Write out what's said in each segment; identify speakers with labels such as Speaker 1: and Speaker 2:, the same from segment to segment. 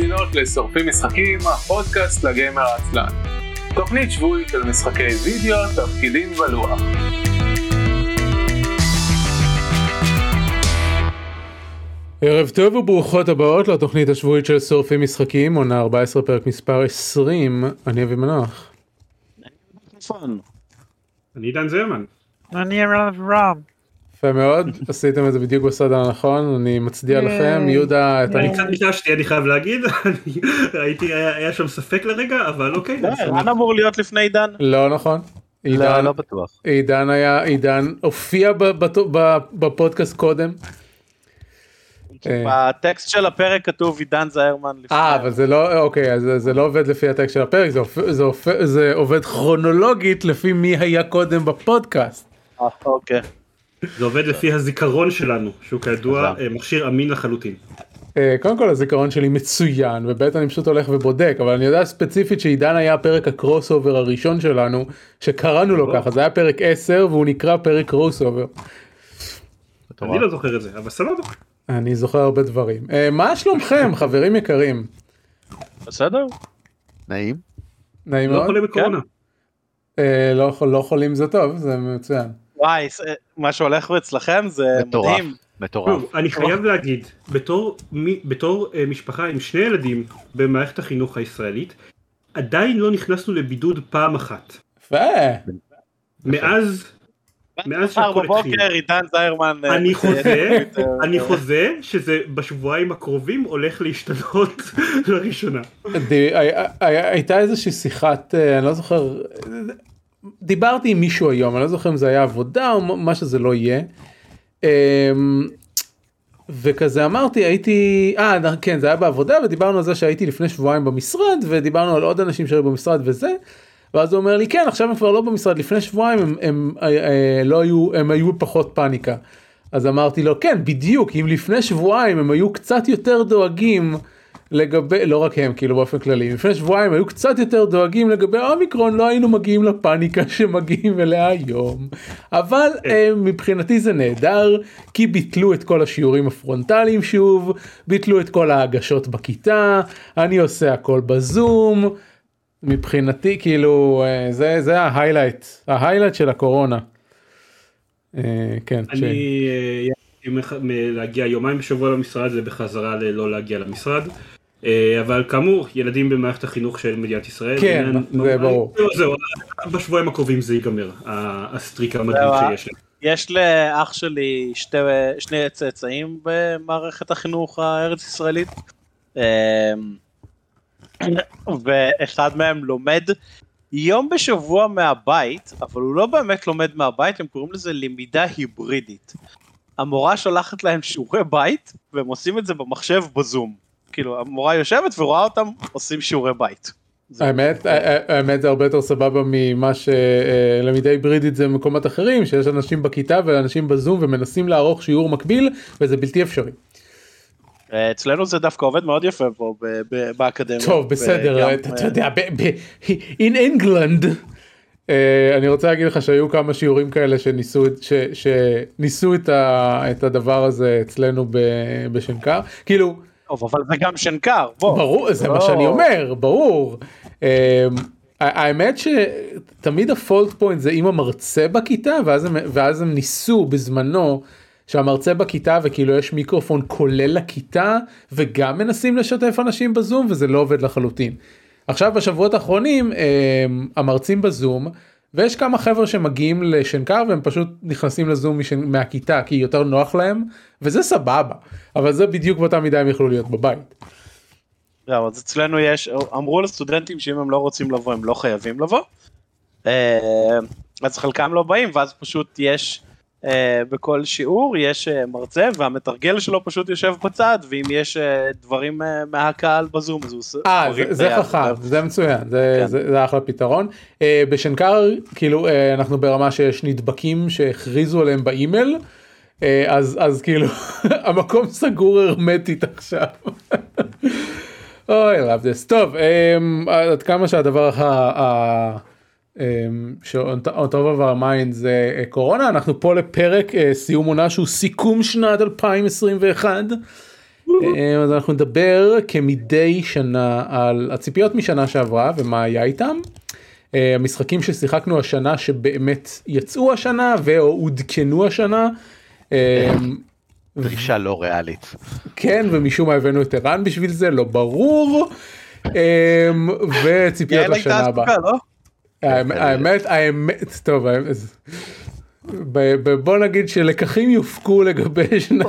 Speaker 1: ומאזינות לשורפים משחקים, הפודקאסט לגיימר העצלן. תוכנית שבועית של משחקי וידאו, תפקידים ולוח. ערב טוב וברוכות הבאות לתוכנית השבועית של שורפים משחקים, עונה 14 פרק מספר 20. אני אבי מנוח.
Speaker 2: אני עידן זרמן.
Speaker 3: אני רם.
Speaker 1: יפה מאוד, עשיתם את זה בדיוק בסדר הנכון, אני מצדיע לכם. יהודה,
Speaker 2: אני קצת נשאשתי, אני חייב להגיד, ראיתי, היה שם ספק לרגע, אבל אוקיי.
Speaker 3: רן אמור להיות לפני עידן?
Speaker 1: לא נכון.
Speaker 3: לא בטוח.
Speaker 1: עידן הופיע בפודקאסט קודם.
Speaker 3: בטקסט של הפרק כתוב עידן זיירמן לפני.
Speaker 1: אבל זה לא, אוקיי, אז זה לא עובד לפי הטקסט של הפרק, זה עובד כרונולוגית לפי מי היה קודם בפודקאסט.
Speaker 3: אוקיי.
Speaker 2: זה עובד לפי הזיכרון שלנו, שהוא כידוע מכשיר אמין לחלוטין.
Speaker 1: קודם כל הזיכרון שלי מצוין, ובית אני פשוט הולך ובודק, אבל אני יודע ספציפית שעידן היה פרק הקרוס אובר הראשון שלנו, שקראנו לו ככה, זה היה פרק 10 והוא נקרא פרק קרוס אובר.
Speaker 2: אני לא זוכר את זה, אבל סבבה.
Speaker 1: אני זוכר הרבה דברים. מה שלומכם, חברים יקרים?
Speaker 3: בסדר?
Speaker 4: נעים.
Speaker 1: נעים
Speaker 2: לא
Speaker 1: מאוד?
Speaker 2: חולים בקורונה.
Speaker 1: לא חולים זה טוב, זה מצוין.
Speaker 3: וואי, מה שהולך אצלכם זה מדהים.
Speaker 4: מטורף.
Speaker 2: אני חייב להגיד, בתור משפחה עם שני ילדים במערכת החינוך הישראלית, עדיין לא נכנסנו לבידוד פעם אחת.
Speaker 1: יפה.
Speaker 2: מאז שהכל התחיל.
Speaker 3: בבוקר עידן זיירמן.
Speaker 2: אני חוזה שזה בשבועיים הקרובים הולך להשתנות לראשונה.
Speaker 1: הייתה איזושהי שיחת, אני לא זוכר, דיברתי עם מישהו היום, אני לא זוכר אם זה היה עבודה או מה שזה לא יהיה, וכזה אמרתי, כן, זה היה בעבודה, ודיברנו על זה שהייתי לפני שבועיים במשרד, ודיברנו על עוד אנשים שהיו במשרד וזה, ואז הוא אומר לי, כן, עכשיו הם כבר לא במשרד, לפני שבועיים הם היו פחות פאניקה. אז אמרתי לו, כן, בדיוק, אם לפני שבועיים הם היו קצת יותר דואגים לגבי, לא רק הם, כאילו באופן כללי, לפני שבועיים היו קצת יותר דואגים לגבי האומיקרון, לא היינו מגיעים לפאניקה שמגיעים אליה היום. אבל מבחינתי זה נהדר, כי ביטלו את כל השיעורים הפרונטליים שוב, ביטלו את כל ההגשות בכיתה, אני עושה הכל בזום, מבחינתי כאילו זה ההיילייט של הקורונה. כן.
Speaker 2: אני להגיע יומיים בשבוע למשרד, זה בחזרה לא להגיע למשרד, אבל כאמור ילדים במערכת החינוך של מדינת ישראל.
Speaker 1: כן, זה ברור.
Speaker 2: זהו, בשבועיים הקרובים זה ייגמר, הסטריק המדהים שיש לי.
Speaker 3: יש לאח שלי שני צאצאים במערכת החינוך הארץ ישראלית, ואחד מהם לומד יום בשבוע מהבית, אבל הוא לא באמת לומד מהבית, הם קוראים לזה למידה היברידית. המורה שולחת להם שיעורי בית, והם עושים את זה במחשב בזום. כאילו, המורה יושבת ורואה אותם עושים שיעורי בית.
Speaker 1: האמת זה הרבה יותר סבבה ממה שלמידה היברידית זה במקומות אחרים, שיש אנשים בכיתה ואנשים בזום ומנסים לערוך שיעור מקביל, וזה בלתי אפשרי.
Speaker 3: אצלנו זה דווקא עובד מאוד יפה פה באקדמיה.
Speaker 1: טוב, בסדר, אתה יודע, in England, אני רוצה להגיד לך שהיו כמה שיעורים כאלה שניסו את הדבר הזה אצלנו בשנקר, כאילו,
Speaker 3: אבל זה גם שנקר, בוא.
Speaker 1: ברור, זה מה שאני אומר, ברור. האמת שתמיד הפולט פוינט זה עם המרצה בכיתה, ואז הם ניסו בזמנו, שהמרצה בכיתה וכאילו יש מיקרופון כולל לכיתה, וגם מנסים לשתף אנשים בזום, וזה לא עובד לחלוטין. עכשיו בשבועות האחרונים, המרצים בזום, ויש כמה חבר'ה שמגיעים לשנקר, והם פשוט נכנסים לזום מהכיתה, כי יותר נוח להם, וזה סבבה. אבל זה בדיוק באותה מידה הם יכלו להיות בבית.
Speaker 3: אז אצלנו אמרו לסטודנטים שאם הם לא רוצים לבוא, הם לא חייבים לבוא. אז חלקם לא באים, ואז פשוט יש, בכל שיעור יש מרצה, והמתרגל שלו פשוט יושב בצד, ואם יש דברים מהקהל בזום, אז הוא עושה
Speaker 1: זה חכם, זה מצוין, זה אחלה פתרון. בשנקר, כאילו, אנחנו ברמה שיש נדבקים שהכריזו עליהם באימייל, אז כאילו, המקום סגור הרמטית עכשיו. אוי, love this. טוב, עד כמה שהדבר שאוטוב עבר המיינד זה קורונה, אנחנו פה לפרק סיום עונה שהוא סיכום שנת 2021, אז אנחנו נדבר כמדי שנה על הציפיות משנה שעברה ומה היה איתם. המשחקים ששיחקנו השנה שבאמת יצאו השנה ועודכנו השנה.
Speaker 4: דרישה לא ריאלית.
Speaker 1: כן, ומשום מה הבאנו את ערן בשביל זה, לא ברור. וציפיות לשנה הבאה. האמת, טוב, בוא נגיד שלקחים יופקו לגבי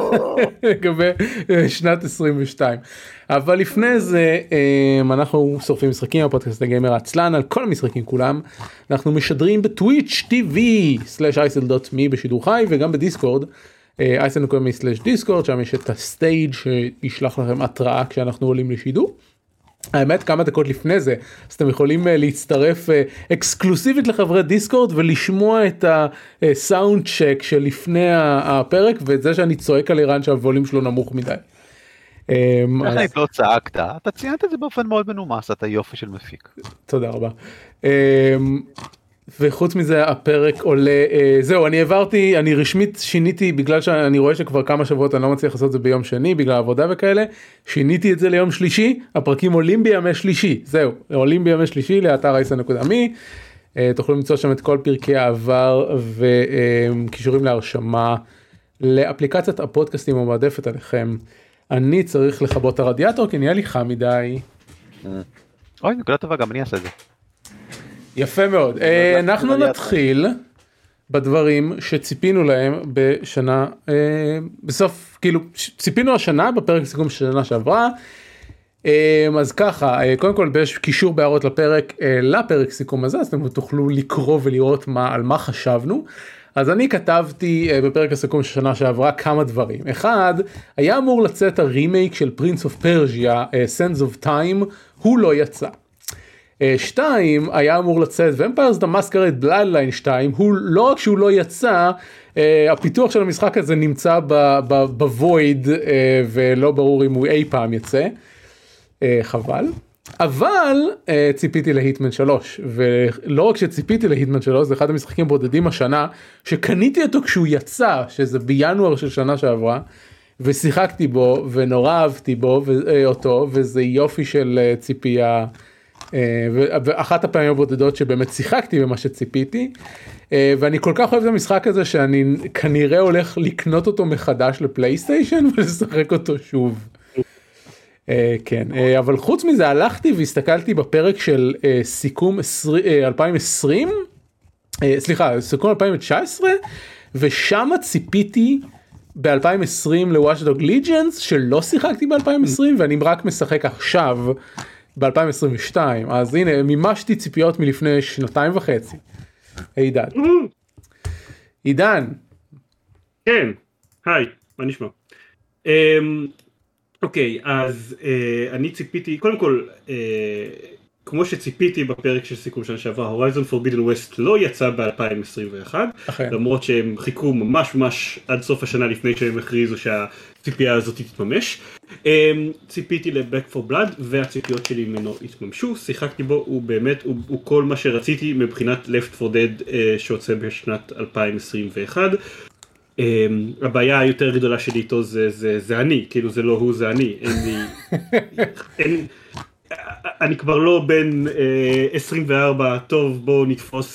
Speaker 1: שנת 22. אבל לפני זה אנחנו שורפים משחקים, הפודקאסט הגיימר העצלן על כל המשחקים כולם. אנחנו משדרים בטוויץ' tv/isl.me בשידור חי וגם בדיסקורד isl.me/discord, שם יש את הסטייג' שישלח לכם התראה כשאנחנו עולים לשידור. האמת כמה דקות לפני זה, אז אתם יכולים להצטרף אקסקלוסיבית לחברי דיסקורד ולשמוע את הסאונד צ'ק שלפני הפרק ואת זה שאני צועק על ערן שהווליום שלו נמוך מדי.
Speaker 4: איך לא צעקת? אתה ציינת את זה באופן מאוד מנומס, אתה יופי של מפיק.
Speaker 1: תודה רבה. וחוץ מזה הפרק עולה, זהו, אני רשמית שיניתי, בגלל שאני רואה שכבר כמה שבועות אני לא מצליח לעשות את זה ביום שני, בגלל עבודה וכאלה, שיניתי את זה ליום שלישי, הפרקים עולים בימי שלישי, זהו, עולים בימי שלישי לאתר isl.me, תוכלו למצוא שם את כל פרקי העבר וקישורים להרשמה, לאפליקציית הפודקאסטים המועדפת עליכם. אני צריך לכבות את הרדיאטור, כי נהיה לי חם מדי.
Speaker 4: אוי, נקודה טובה, גם אני אעשה את זה.
Speaker 1: יפה מאוד. אנחנו נתחיל בדברים שציפינו להם בשנה, בסוף, כאילו, ציפינו השנה בפרק סיכום של שנה שעברה. אז ככה, קודם כל יש קישור בהערות לפרק סיכום הזה, אז אתם תוכלו לקרוא ולראות על מה חשבנו. אז אני כתבתי בפרק הסיכום של שנה שעברה כמה דברים. אחד, היה אמור לצאת הרימייק של פרינס אוף פרג'יה, Sands of Time, הוא לא יצא. 2, היה אמור לצאת Vampires the Masquerade Bloodline 2, הוא לא רק שהוא לא יצא, הפיתוח של המשחק הזה נמצא בוויד, ולא ברור אם הוא אי פעם יצא, חבל. אבל ציפיתי להיטמן 3, ולא רק שציפיתי להיטמן 3, זה אחד המשחקים בודדים השנה, שקניתי אותו כשהוא יצא, שזה בינואר של שנה שעברה, ושיחקתי בו, ונורא אהבתי בו, אותו, וזה יופי של ציפייה, ואחת הפעמים הבודדות שבאמת שיחקתי במה שציפיתי, ואני כל כך אוהב את המשחק הזה, שאני כנראה הולך לקנות אותו מחדש לפלייסטיישן, ולשחק אותו שוב. כן, אבל חוץ מזה הלכתי והסתכלתי בפרק של סיכום 2020, סליחה, סיכום 2019, ושם ציפיתי ב-2020 ל-Watch Dogs Legion, שלא שיחקתי ב-2020, ואני רק משחק עכשיו ב-2022, אז הנה, מימשתי ציפיות מלפני 2.5 שנים. עידן. עידן.
Speaker 2: כן, היי, מה נשמע? אוקיי, אז אני ציפיתי, קודם כל, כמו שציפיתי בפרק של סיכום שנה שעברה, Horizon Forbidden West לא יצא ב-2021, למרות שהם חיכו ממש עד סוף השנה לפני שהם הכריזו שהציפייה הזאת תתממש. ציפיתי ל-Back 4 Blood והציפיות שלי ממנו התממשו, שיחקתי בו, הוא באמת, הוא כל מה שרציתי מבחינת Left 4 Dead שיוצא בשנת 2021. הבעיה היותר גדולה שלי איתו זה אני, כאילו זה לא הוא, זה אני, אני כבר לא בין 24, טוב בואו נתפוס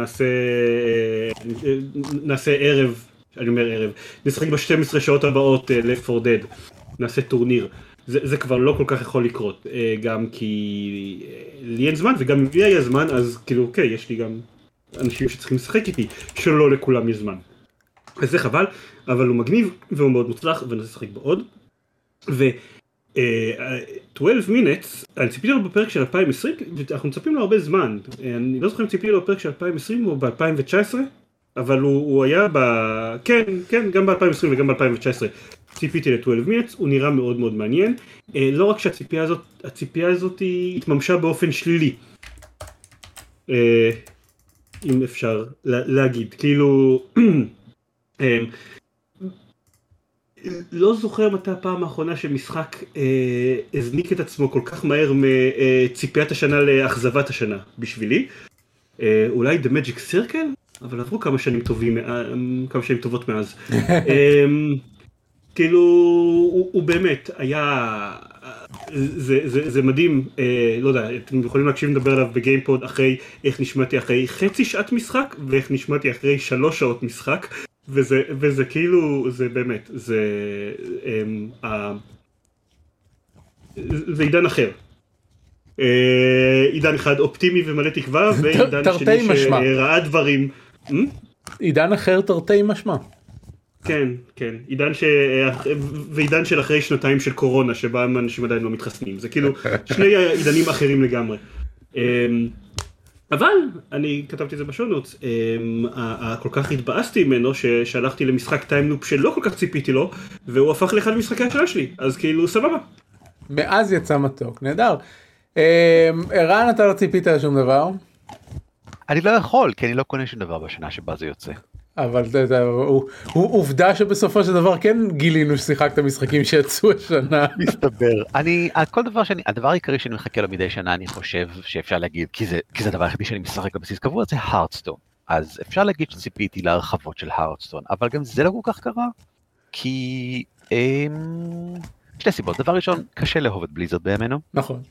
Speaker 2: ונעשה ערב, אני אומר ערב, נשחק ב-12 שעות הבאות Left 4 Dead, נעשה טורניר, זה כבר לא כל כך יכול לקרות, גם כי לי אין זמן וגם אם לי היה זמן אז כאילו אוקיי, יש לי גם אנשים שצריכים לשחק איתי, שלא לכולם יש זמן. אז זה חבל, אבל הוא מגניב והוא מאוד מוצלח ואני רוצה לשחק בו עוד. ו-12 minutes, אני ציפיתי לו בפרק של 2020, אנחנו מצפים לו הרבה זמן. אני לא זוכר אם ציפיתי לו בפרק של 2020 או ב-2019, אבל הוא היה כן, גם ב-2020 וגם ב-2019 ציפיתי ל-12 minutes, הוא נראה מאוד מאוד מעניין. לא רק שהציפייה הזאת התממשה באופן שלילי. אם אפשר להגיד, כאילו... לא זוכר מתי הפעם האחרונה שמשחק הזניק את עצמו כל כך מהר מציפיית השנה לאכזבת השנה בשבילי. אולי The Magic Circle, אבל עברו כמה שנים טובות מאז. כאילו, הוא באמת היה, זה מדהים, לא יודע, אתם יכולים להקשיב לדבר עליו בגיימפוד אחרי איך נשמעתי אחרי חצי שעת משחק, ואיך נשמעתי אחרי 3 שעות משחק, וזה כאילו, זה באמת, זה עידן אחר. עידן אחד אופטימי ומלא תקווה, ועידן שני שראה דברים.
Speaker 1: עידן אחר תרתי משמע.
Speaker 2: כן, כן, ועידן של אחרי 2 של קורונה, שבה אנשים עדיין לא מתחסנים, זה כאילו שני עידנים אחרים לגמרי. אבל, אני כתבתי את זה בשונות, כל כך התבאסתי ממנו שהלכתי למשחק טיימלופ שלא כל כך ציפיתי לו, והוא הפך לאחד משחקי השנה שלי, אז כאילו סבבה.
Speaker 1: מאז יצא מתוק, נהדר. ערן, אתה לא ציפית לשום דבר?
Speaker 4: אני לא יכול, כי אני לא קונה שום דבר בשנה שבה זה יוצא.
Speaker 1: אבל עובדה שבסופו של דבר כן גילינו ששיחקת משחקים שיצאו השנה.
Speaker 4: מסתבר. כל דבר הדבר העיקרי שאני מחכה לו מדי שנה, אני חושב שאפשר להגיד, כי זה הדבר היחידי שאני משחק לבסיס קבוע, זה הארטסטון. אז אפשר להגיד שציפיתי להרחבות של הארטסטון, אבל גם זה לא כל כך קרה, כי שתי סיבות. דבר ראשון, קשה לאהוב את בליזרד בימינו.
Speaker 1: נכון.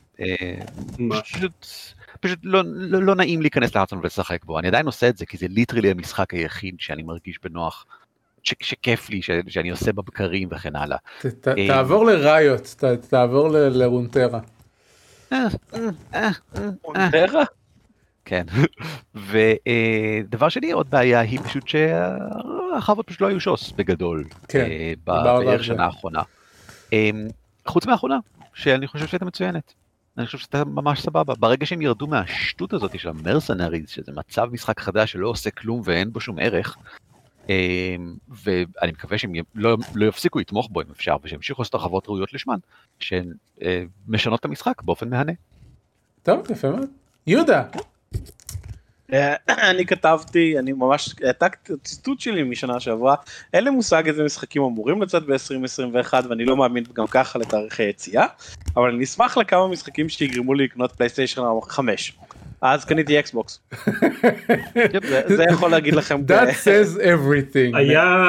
Speaker 4: פשוט לא נעים להיכנס לארטסטון ולשחק בו. אני עדיין עושה את זה, כי זה ליטרלי המשחק היחיד שאני מרגיש בנוח, שכיף לי, שאני עושה בבקרים וכן הלאה.
Speaker 1: תעבור לראיוט, תעבור לרונטרה.
Speaker 3: רונטרה?
Speaker 4: כן. ודבר שני, עוד בעיה היא פשוט שהחוות פשוט לא היו שוס בגדול.
Speaker 1: כן.
Speaker 4: בערך שנה האחרונה. חוץ מהאחרונה, שאני חושב שהייתה מצוינת. אני חושב שאתה ממש סבבה. ברגע שהם ירדו מהשטות הזאת של המרסנריז, שזה מצב משחק חדש שלא עושה כלום ואין בו שום ערך, ואני מקווה שהם לא יפסיקו לתמוך בו אם אפשר, ושהמשיכו לעשות הרחבות ראויות לשמן, שהן משנות את המשחק באופן מהנה.
Speaker 1: טוב, יפה מאוד. יהודה.
Speaker 3: אני כתבתי, אני ממש העתקתי ציטוט שלי משנה שעברה, אין לי מושג איזה משחקים אמורים לצאת ב-2021, ואני לא מאמין גם ככה לתאריכי יציאה, אבל אני אשמח לכמה משחקים שיגרמו לי לקנות פלייסטיישן 5. אז קניתי אקסבוקס. זה יכול להגיד לכם.
Speaker 1: That says everything.
Speaker 2: היה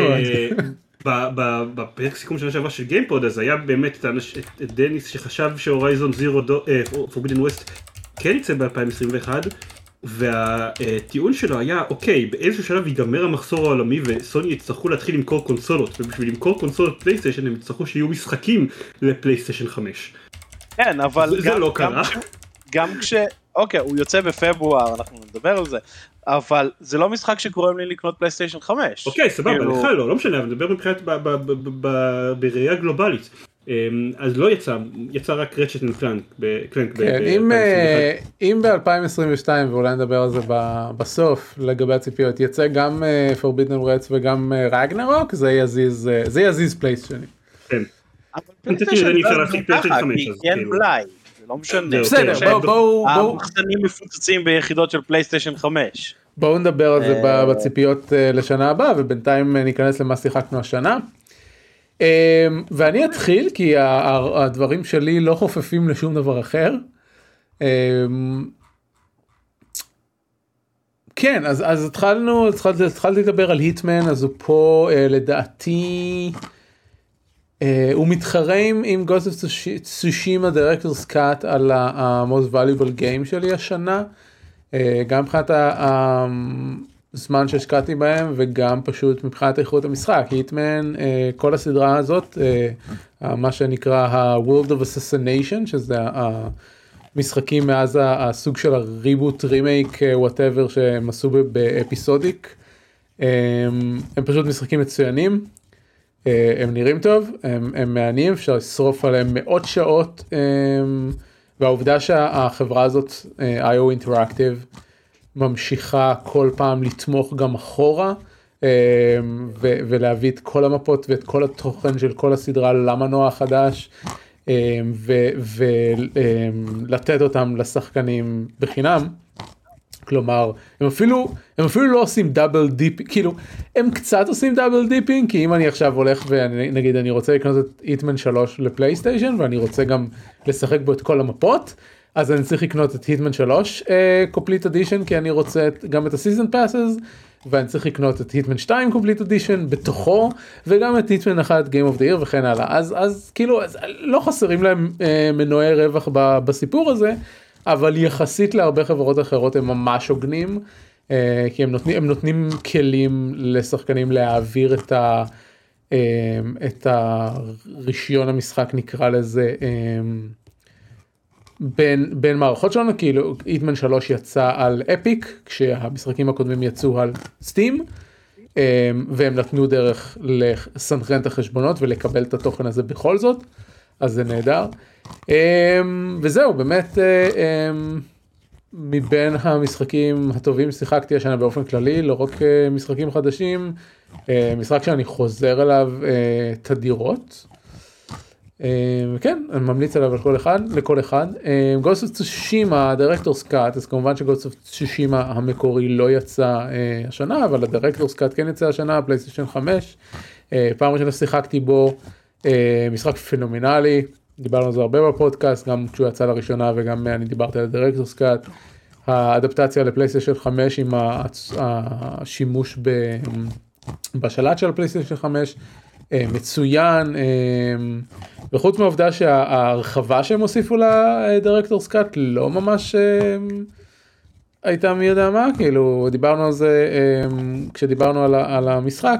Speaker 2: בפרק סיכום שנה שעברה של גיימפוד, אז היה באמת את דניס שחשב שהורייזון זירו פורבידן ווסט כן יצא ב-2021, והטיעון שלו היה, אוקיי, באיזשהו שלב ייגמר המחסור העולמי וסוני יצטרכו להתחיל למכור קונסולות, ובשביל למכור קונסולות פלייסטיישן הם יצטרכו שיהיו משחקים לפלייסטיישן 5.
Speaker 3: כן, אבל
Speaker 2: זה לא קרה.
Speaker 3: גם אוקיי, הוא יוצא בפברואר, אנחנו נדבר על זה, אבל זה לא משחק שקוראים לי לקנות פלייסטיישן 5.
Speaker 2: אוקיי, סבבה, לך לא משנה, אבל נדבר מבחינת בראייה גלובלית. אז לא יצא רק רצ'ט אנד קלנק ב-2021.
Speaker 1: אם ב-2022, ואולי נדבר על זה בסוף, לגבי הציפיות, יצא גם Forbidden West וגם רגנרוק, זה יזיז פלייסטיישן.
Speaker 2: כן.
Speaker 3: אבל פלייסטיישן זה ככה, כי אין בלאי. לא משנה.
Speaker 1: בסדר, בואו.
Speaker 3: המחסנים מפוצצים ביחידות של פלייסטיישן 5.
Speaker 1: בואו נדבר על זה בציפיות לשנה הבאה, ובינתיים ניכנס למה שיחקנו השנה. ואני אתחיל, כי הדברים שלי לא חופפים לשום דבר אחר. כן, אז התחלתי לדבר על היטמן, אז הוא פה לדעתי... הוא מתחרה עם Ghost of Tsushima Director's Cut על ה-Most Valuable Game שלי השנה, גם מבחינת הזמן שהשקעתי בהם וגם פשוט מבחינת איכות המשחק. היטמן, כל הסדרה הזאת, מה שנקרא ה-World of Assassination, שזה המשחקים מאז הסוג של הריבוט, רימייק, whatever שהם עשו באפיסודיק, הם פשוט משחקים מצוינים. הם נראים טוב, הם מעניינים, אפשר לשרוף עליהם מאות שעות, והעובדה שהחברה הזאת, IO Interactive, ממשיכה כל פעם לתמוך גם אחורה, ולהביא את כל המפות ואת כל התוכן של כל הסדרה למנוע החדש, ולתת אותם לשחקנים בחינם. כלומר, הם אפילו לא עושים דאבל דיפינג, כאילו, הם קצת עושים דאבל דיפינג, כי אם אני עכשיו הולך ונגיד אני רוצה לקנות את היטמן 3 לפלייסטיישן, ואני רוצה גם לשחק בו את כל המפות, אז אני צריך לקנות את היטמן 3 Complete Edition, כי אני רוצה גם את הסיזן פאסס, ואני צריך לקנות את היטמן 2 Complete Edition בתוכו, וגם את היטמן 1 Game of the Year וכן הלאה. אז כאילו, לא חסרים להם מנועי רווח בסיפור הזה, אבל יחסית להרבה חברות אחרות הם ממש הוגנים, כי הם נותנים כלים לשחקנים להעביר את הרישיון המשחק, נקרא לזה, בין מערכות שלנו. כאילו היטמן 3 יצא על אפיק, כשהמשחקים הקודמים יצאו על סטים, והם נתנו דרך לסנכרן את החשבונות ולקבל את התוכן הזה בכל זאת, אז זה נהדר. וזהו, באמת מבין המשחקים הטובים שיחקתי השנה באופן כללי, לא רק משחקים חדשים, משחק שאני חוזר אליו תדירות. כן, אני ממליץ עליו לכל אחד. Ghost of Tsushima, Director's Cut, אז כמובן ש-Ghost of Tsushima המקורי לא יצא השנה, אבל ה-Director's Cut כן יצא השנה, פלייסטיישן 5. פעם ראשונה שיחקתי בו, משחק פנומנלי, דיברנו על זה הרבה בפודקאסט, גם כשהוא יצא לראשונה וגם אני דיברתי על ה-Director's Cut. האדפטציה לפלייסטיישן 5 עם השימוש בשלט של הפלייסטיישן 5, מצוין, וחוץ מהעובדה שההרחבה שהם הוסיפו לדירקטורס קאט לא ממש הייתה מי יודע מה, כאילו דיברנו על זה כשדיברנו על המשחק,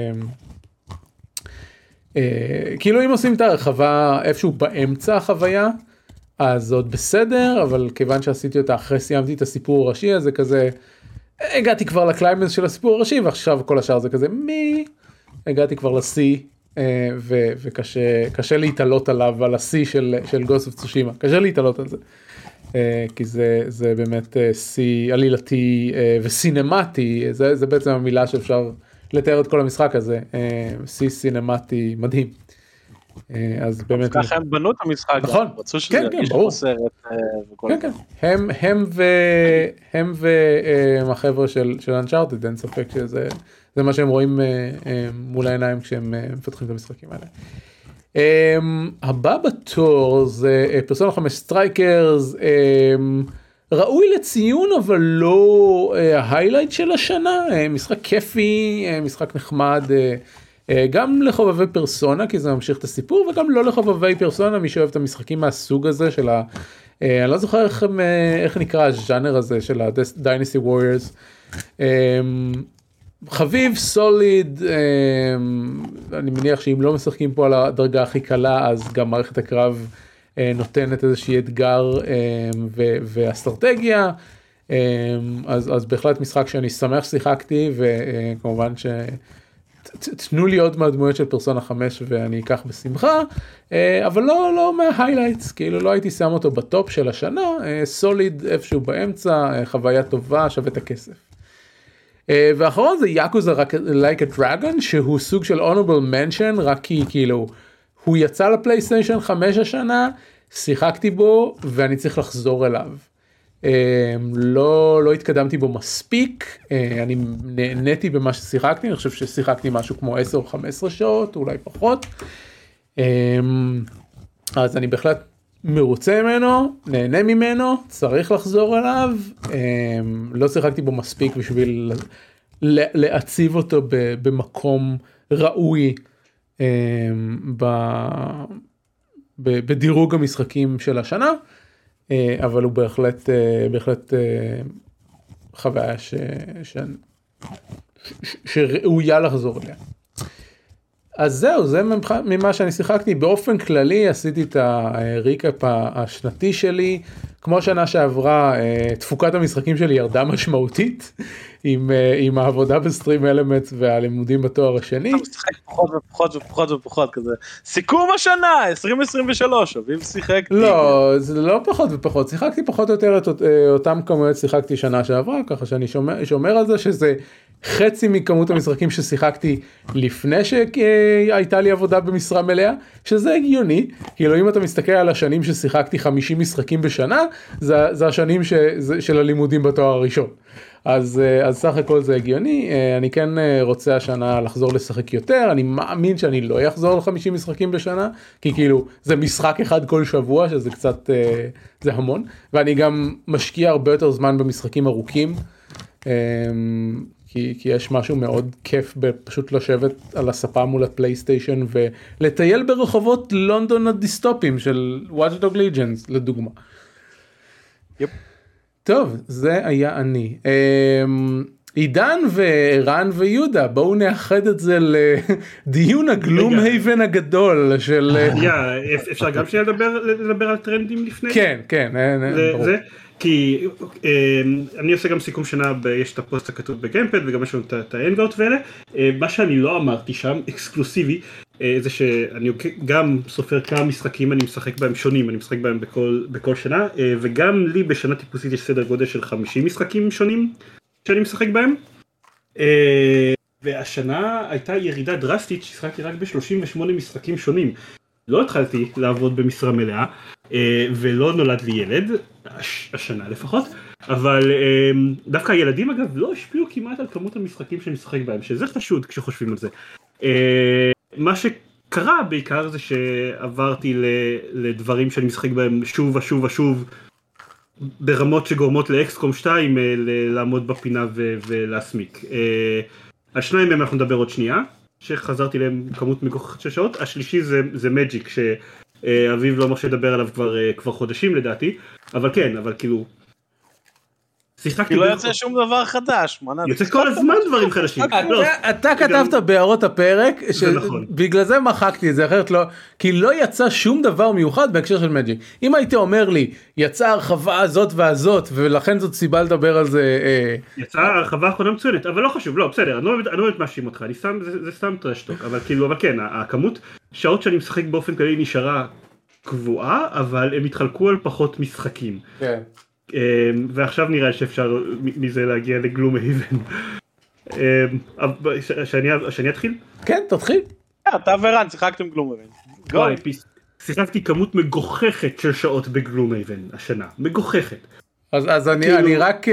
Speaker 1: כאילו אם עושים את ההרחבה איפשהו באמצע החוויה, אז עוד בסדר, אבל כיוון שעשיתי אותה אחרי סיימתי את הסיפור הראשי, אז זה כזה, הגעתי כבר לקליימנס של הסיפור הראשי, ועכשיו כל השאר זה כזה הגעתי כבר לשיא, וקשה להתעלות עליו, על השיא של Ghost of Tsushima, קשה להתעלות על זה, כי זה באמת שיא עלילתי וסינמטי, זה בעצם המילה שאפשר לתאר את כל המשחק הזה, שיא סינמטי מדהים. אז באמת
Speaker 3: ככה הם בנו את המשחק,
Speaker 1: נכון,
Speaker 3: רצו שזה ירגיש כמו סרט וכל זה.
Speaker 1: הם והחבר'ה של Uncharted, אין ספק שזה מה שהם רואים מול העיניים כשהם מפתחים את המשחקים האלה. הבא בתור זה פרסונה 5 סטרייקרס, ראוי לציון אבל לא ההיילייט של השנה, משחק כיפי, משחק נחמד, גם לחובבי פרסונה, כי זה ממשיך את הסיפור, וגם לא לחובבי פרסונה, מי שאוהב את המשחקים מהסוג הזה של אני לא זוכר איך נקרא הז'אנר הזה של ה-Dynasty Warriors. חביב, סוליד, אני מניח שאם לא משחקים פה על הדרגה הכי קלה, אז גם מערכת הקרב נותנת איזושהי אתגר ואסטרטגיה, אז בהחלט משחק שאני שמח שיחקתי, וכמובן תנו לי עוד מהדמויות של פרסונה 5 ואני אקח בשמחה, אבל לא מההיילייטס, כאילו לא הייתי שם אותו בטופ של השנה, סוליד איפשהו באמצע, חוויה טובה, שווה את הכסף. ואחרון זה יאקוזה Like a Dragon, שהוא סוג של honorable mention, רק כי כאילו הוא יצא לפלייסטיישן 5 השנה, שיחקתי בו ואני צריך לחזור אליו. לא התקדמתי בו מספיק, אני נהניתי במה ששיחקתי, אני חושב ששיחקתי משהו כמו 10 או 15 שעות, אולי פחות, אז אני בהחלט מרוצה ממנו, נהנה ממנו, צריך לחזור אליו, לא שיחקתי בו מספיק בשביל להציב אותו במקום ראוי בדירוג המשחקים של השנה, אבל הוא בהחלט חוויה שראויה לחזור אליה. אז זהו, זה ממה שאני שיחקתי. באופן כללי עשיתי את הריקאפ השנתי שלי, כמו שנה שעברה, תפוקת המשחקים שלי ירדה משמעותית, עם העבודה בסטרים אלמנטס והלימודים בתואר השני. אתה
Speaker 3: משחק פחות ופחות ופחות ופחות כזה. סיכום השנה, 2023, אביב שיחק.
Speaker 1: לא, זה לא פחות ופחות, שיחקתי פחות או יותר את אותם כמויות שיחקתי שנה שעברה, ככה שאני שומר על זה שזה חצי מכמות המשחקים ששיחקתי לפני שהייתה לי עבודה במשרה מלאה, שזה הגיוני, כאילו אם אתה מסתכל על השנים ששיחקתי 50 משחקים בשנה, זה השנים של הלימודים בתואר הראשון. אז סך הכל זה הגיוני, אני כן רוצה השנה לחזור לשחק יותר, אני מאמין שאני לא אחזור ל50 משחקים בשנה, כי כאילו זה משחק אחד כל שבוע, שזה קצת, זה המון, ואני גם משקיע הרבה יותר זמן במשחקים ארוכים, כי יש משהו מאוד כיף בפשוט לשבת על הספה מול הפלייסטיישן ולטייל ברחובות לונדון הדיסטופיים של Watch Dogs Legion לדוגמה. טוב, זה היה אני. עידן וערן ויהודה, בואו נאחד את זה לדיון הגלום הייבן הגדול של...
Speaker 2: אפשר גם שנייה לדבר על טרנדים לפני?
Speaker 1: כן, כן.
Speaker 2: כי אני עושה גם סיכום שנה, יש את הפוסט הכתוב בגיימפד וגם יש לנו את האנגאוט ואלה. מה שאני לא אמרתי שם, אקסקלוסיבי, זה שאני גם סופר כמה משחקים אני משחק בהם שונים, אני משחק בהם בכל שנה, וגם לי בשנה טיפוסית יש סדר גודל של 50 משחקים שונים שאני משחק בהם. והשנה הייתה ירידה דרסטית ששחקתי רק ב-38 משחקים שונים. לא התחלתי לעבוד במשרה מלאה, ולא נולד לי ילד, השנה לפחות, אבל דווקא הילדים אגב לא השפיעו כמעט על כמות המשחקים שאני משחק בהם, שזה חשוד כשחושבים על זה. מה שקרה בעיקר זה שעברתי לדברים שאני משחק בהם שוב ושוב ושוב, ברמות שגורמות לאקסקום 2 לעמוד בפינה ולהסמיק. על שניים מהם אנחנו נדבר עוד שנייה, שחזרתי להם כמות מגוחכת של שעות. השלישי זה מג'יק, שאביב לא מרשה לדבר עליו כבר חודשים לדעתי, אבל כן, אבל כאילו...
Speaker 3: כי לא יוצא שום דבר חדש,
Speaker 2: יוצא כל הזמן דברים חדשים.
Speaker 1: אתה כתבת בהערות הפרק, בגלל זה מחקתי את זה, אחרת לא, כי לא יצא שום דבר מיוחד בהקשר של מג'יק. אם היית אומר לי, יצא הרחבה הזאת והזאת, ולכן זאת סיבה לדבר על זה...
Speaker 2: יצא הרחבה האחרונה מצוינת, אבל לא חשוב, לא, בסדר, אני לא באמת מאשים אותך, זה סתם טרשטוק, אבל כאילו, אבל כן, הכמות שעות שאני משחק באופן כללי נשארה קבועה, אבל הם התחלקו על פחות משחקים.
Speaker 1: כן.
Speaker 2: ועכשיו נראה שאפשר מזה להגיע לגלום הייבן. שאני אתחיל?
Speaker 1: כן, תתחיל.
Speaker 3: אתה ורן, שיחקתם גלום הייבן.
Speaker 2: שיחקתי כמות מגוחכת של שעות בגלום הייבן השנה, מגוחכת.
Speaker 1: אז אני רק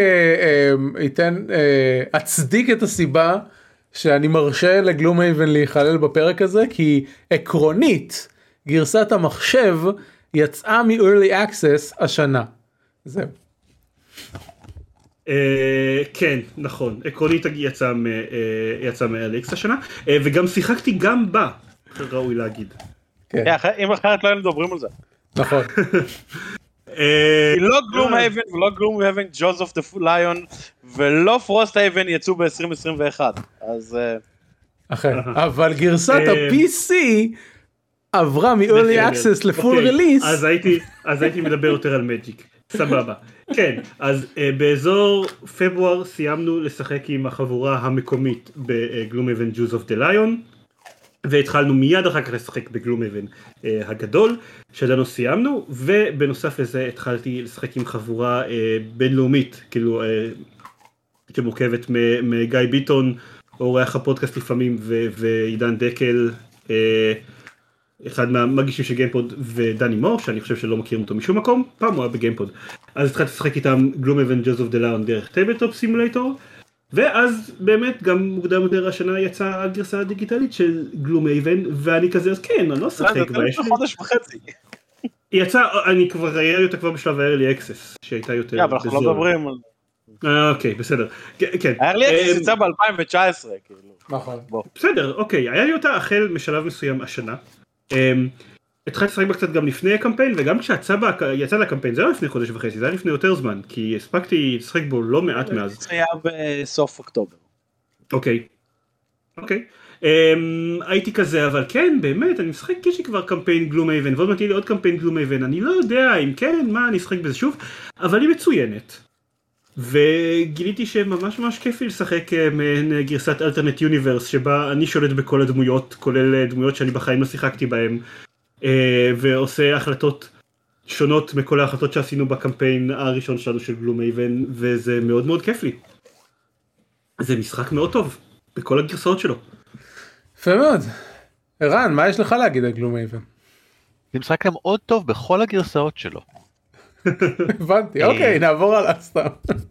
Speaker 1: אצדיק את הסיבה שאני מרשה לגלום הייבן להיכלל בפרק הזה, כי עקרונית גרסת המחשב יצאה מ-early access השנה. זהו.
Speaker 2: כן, נכון. עקרונית יצא מ-LX השנה, וגם שיחקתי גם בה, ראוי להגיד.
Speaker 3: אם אחרת לא היינו מדברים על זה.
Speaker 1: נכון.
Speaker 3: לא גלום הייבן ולא גלום הייבן ג'וז אוף דה ליון ולא פרוסט הייבן יצאו ב-2021. אז...
Speaker 1: אבל גרסת ה-PC עברה מ-early access לפול ריליס.
Speaker 2: אז הייתי מדבר יותר על מג'יק. סבבה. כן, אז באזור פברואר סיימנו לשחק עם החבורה המקומית בגלום הייבן ג'וז אוף דה ליון, והתחלנו מיד אחר כך לשחק בגלום הייבן הגדול, שלנו סיימנו, ובנוסף לזה התחלתי לשחק עם חבורה בינלאומית, כאילו שמורכבת מגיא ביטון, אורח הפודקאסט לפעמים, ועידן דקל, אחד מהמגישים של גיימפוד, ודני מור, שאני חושב שלא מכירים אותו משום מקום, פעם הוא היה בגיימפוד. אז התחלתי לשחק איתם גלום הייבן ג'וז אוף דה ליון דרך טייבלטופ סימולטור, ואז באמת גם מוקדם יותר השנה יצאה הגרסה הדיגיטלית של גלום הייבן, ואני כזה, אז כן, אני לא אשחק בה.
Speaker 3: זה חודש וחצי.
Speaker 2: היא יצאה, אני כבר ראיתי אותה כבר בשלב ה-early access, שהייתה יותר בזול.
Speaker 3: אבל אנחנו לא מדברים על...
Speaker 2: אוקיי, בסדר. כן.
Speaker 3: ה-early access יצא ב-2019, כאילו.
Speaker 1: נכון.
Speaker 2: בסדר, אוקיי, היה לי אותה החל משלב מסוים השנה. התחלתי לשחק בה קצת גם לפני הקמפיין, וגם כשיצא לקמפיין, זה לא לפני חודש וחצי, זה היה לפני יותר זמן, כי הספקתי לשחק בו לא מעט מאז.
Speaker 3: זה היה בסוף אוקטובר.
Speaker 2: אוקיי. הייתי כזה, אבל כן, באמת, אני משחק, יש לי כבר קמפיין גלום הייבן, ועוד מעט לי עוד קמפיין גלום הייבן, אני לא יודע אם כן, מה, אני אשחק בזה שוב, אבל היא מצוינת. וגיליתי שממש ממש כיף לי לשחק מעין גרסת אלטרנט יוניברס, שבה אני שולט בכל הדמויות, כולל דמויות שאני בחיים לא שיחקתי בהן, ועושה החלטות שונות מכל ההחלטות שעשינו בקמפיין הראשון שלנו של גלום הייבן, וזה מאוד מאוד כיף לי. זה משחק מאוד טוב, בכל הגרסאות שלו.
Speaker 1: יפה מאוד. ערן, מה יש לך להגיד על גלום הייבן?
Speaker 4: זה משחק מאוד טוב בכל הגרסאות שלו.
Speaker 1: הבנתי, אוקיי, נעבור על הסתם.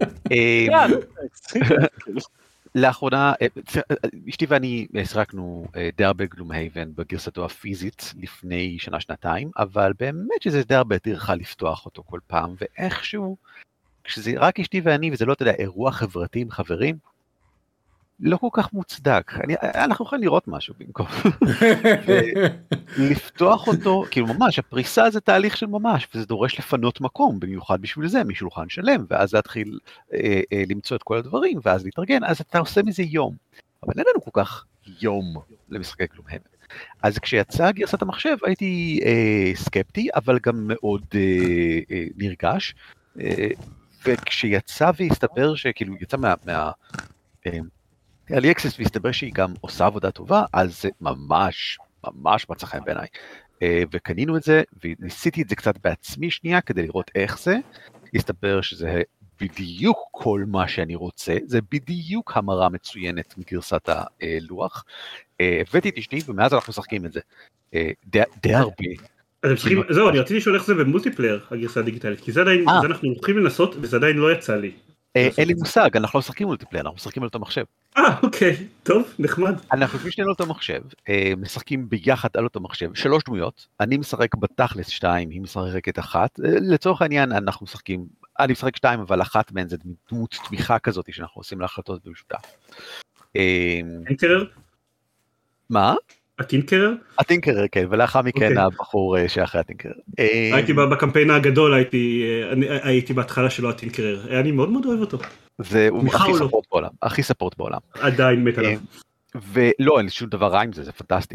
Speaker 4: לאחרונה, אשתי ואני שחקנו די הרבה גלום הייבן בגרסתו הפיזית לפני שנה-שנתיים, אבל באמת שזה די הרבה טרחה לפתוח אותו כל פעם, ואיכשהו כשזה רק אשתי ואני, וזה לא, אתה יודע, אירוע חברתי עם חברים, לא כל כך מוצדק. אנחנו יכולים לראות משהו במקום. לפתוח אותו, כאילו ממש, הפריסה זה תהליך של ממש, וזה דורש לפנות מקום, במיוחד בשביל זה, משולחן שלם, ואז להתחיל למצוא את כל הדברים, ואז להתארגן, אז אתה עושה מזה יום. אבל אין לנו כל כך יום למשחקי גלומהבן. אז כשיצא גרסת המחשב הייתי סקפטי, אבל גם מאוד נרגש, וכשיצא והסתבר שכאילו יצא ארלי אקסס והסתבר שהיא גם עושה עבודה טובה, אז זה ממש מצא חן בעיניי. וקנינו את זה, וניסיתי את זה קצת בעצמי שנייה, כדי לראות איך זה. הסתבר שזה בדיוק כל מה שאני רוצה, זה בדיוק המרה מצוינת מגרסת הלוח. הבאתי את אשתי, ומאז אנחנו משחקים את זה. די הרבה.
Speaker 2: זהו, אני רציתי לשאול איך זה במולטיפלייר, הגרסה הדיגיטלית, כי זה עדיין, זה אנחנו הולכים לנסות, וזה עדיין לא יצא לי.
Speaker 4: אין לי מושג, אנחנו לא משחקים מולטיפלייר, אנחנו משחקים על אותו מחשב.
Speaker 2: אוקיי, טוב, נחמד.
Speaker 4: אנחנו יושבים שנינו על אותו מחשב, משחקים ביחד על אותו מחשב, 3 דמויות, אני משחק בתכלס 2, היא משחקת 1, לצורך העניין אנחנו משחקים, אני משחק 2, אבל אחת מהן זה דמות תמיכה כזאת שאנחנו עושים להחלטות במשותף.
Speaker 2: טינקרר?
Speaker 4: מה?
Speaker 2: הטינקרר?
Speaker 4: הטינקרר, כן, ולאחר מכן הבחור שאחרי הטינקרר.
Speaker 2: הייתי בקמפיין הגדול, הייתי בהתחלה שלו הטינקרר, אני מאוד מאוד אוהב אותו.
Speaker 4: הוא הכי ספורט בעולם.
Speaker 2: עדיין מת עליו.
Speaker 4: ולא, אין לי שום דבר רע עם זה, זה פנטסטי.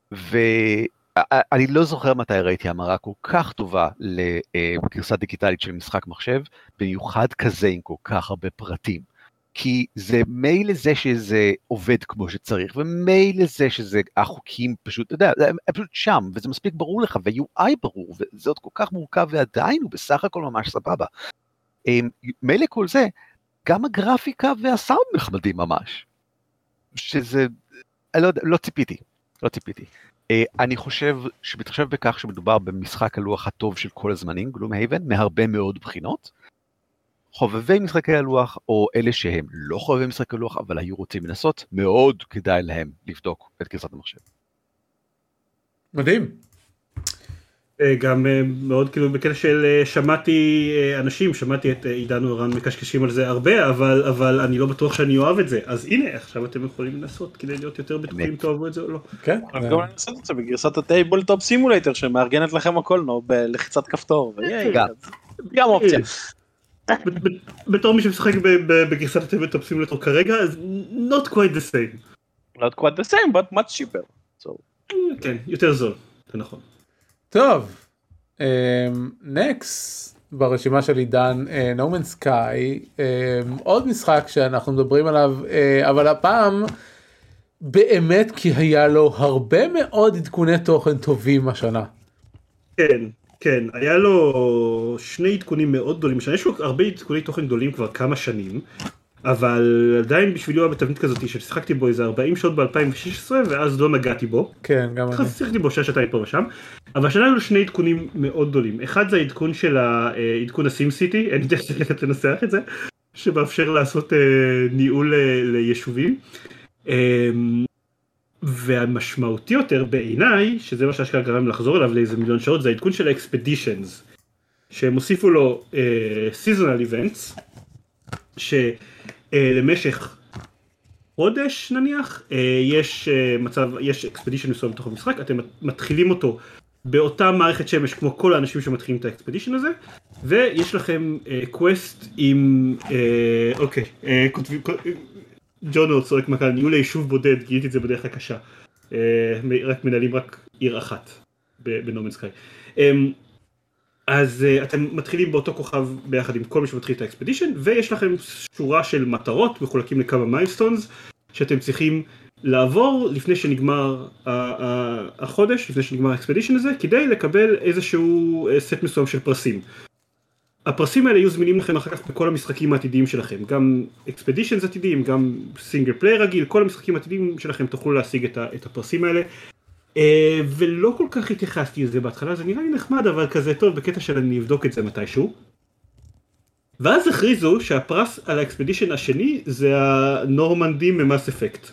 Speaker 4: ואני לא זוכר מתי ראיתי המרה כל כך טובה לגרסה דיגיטלית של משחק מחשב, במיוחד כזה עם כל כך הרבה פרטים. כי זה מייל לזה שזה עובד כמו שצריך, ומייל לזה שזה החוקים פשוט, אתה יודע, הם פשוט שם, וזה מספיק ברור לך, ו-UI ברור, וזה עוד כל כך מורכב, ועדיין הוא בסך הכל ממש סבבה. מייל לכל זה, גם הגרפיקה והסאונד נחמדים ממש. שזה, לא ציפיתי. אני חושב שמתחשב בכך שמדובר במשחק הלוח הטוב של כל הזמנים, גלומהבן, מהרבה מאוד בחינות, חובבי משחקי הלוח, או אלה שהם לא חובבי משחקי הלוח, אבל היו רוצים לנסות, מאוד כדאי להם לבדוק את גרסת המחשב.
Speaker 1: מדהים.
Speaker 2: גם מאוד כאילו בקטע של שמעתי את עידן ורן מקשקשים על זה הרבה, אבל אני לא בטוח שאני אוהב את זה, אז הנה, עכשיו אתם יכולים לנסות כדי להיות יותר בטוחים תאהבו את זה או לא.
Speaker 1: כן.
Speaker 3: אבל גם לנסות את זה בגרסת הטייבל טופ סימולייטר שמארגנת לכם הכל בלחיצת כפתור, גם אופציה.
Speaker 2: בתור מי שמשחק בגרסת הטייבל טופ סימולייטר כרגע, אז not quite the same.
Speaker 3: Not quite the same, but much cheaper.
Speaker 2: כן, יותר זול, זה נכון.
Speaker 1: טוב, נקסט ברשימה של עידן, No Man's Sky, עוד משחק שאנחנו מדברים עליו, אבל הפעם באמת כי היה לו הרבה מאוד עדכוני תוכן טובים השנה.
Speaker 2: כן, היה לו 2 עדכונים מאוד גדולים, יש לו הרבה עדכוני תוכן גדולים כבר כמה שנים, אבל עדיין בשבילי הוא היה בתבנית כזאת ששחקתי בו איזה 40 שעות ב-2016 ואז לא נגעתי בו.
Speaker 1: כן, גם אני.
Speaker 2: שחקתי בו 6 פה ושם, אבל השנה היו לו 2 עדכונים מאוד גדולים. אחד זה העדכון של העדכון הסים סיטי, אני יודע שצריך לנסח את זה, שמאפשר לעשות ניהול ליישובים. והמשמעותי יותר בעיניי, שזה מה שהשקעה גרם לחזור אליו לאיזה 1,000,000 שעות, זה העדכון של האקספדישנס, שהם הוסיפו לו seasonal events, שלמשך חודש נניח, יש אקספדישן מסוים בתוך המשחק, אתם מתחילים אותו באותה מערכת שמש כמו כל האנשים שמתחילים את האקספדישן הזה, ויש לכם קווסט עם, אוקיי, ג'ון צורק מקל, ניהול ליישוב בודד, גיליתי את זה בדרך הקשה, רק מנהלים רק עיר אחת בנומן סקאי. אז אתם מתחילים באותו כוכב ביחד עם כל מי שמתחיל את האקספדישן, ויש לכם שורה של מטרות מחולקים לכמה מיילסטונס, שאתם צריכים לעבור לפני שנגמר החודש, לפני שנגמר האקספדישן הזה, כדי לקבל איזשהו סט מסוים של פרסים. הפרסים האלה יהיו זמינים לכם אחר כך בכל המשחקים העתידיים שלכם, גם אקספדישנס עתידיים, גם סינגל פלייר רגיל, כל המשחקים העתידיים שלכם תוכלו להשיג את הפרסים האלה. ולא כל כך התייחסתי לזה בהתחלה, זה נראה לי נחמד, אבל כזה טוב בקטע של אני אבדוק את זה מתישהו. ואז הכריזו שהפרס על האקספדישן השני זה הנורמנדי ממאס אפקט.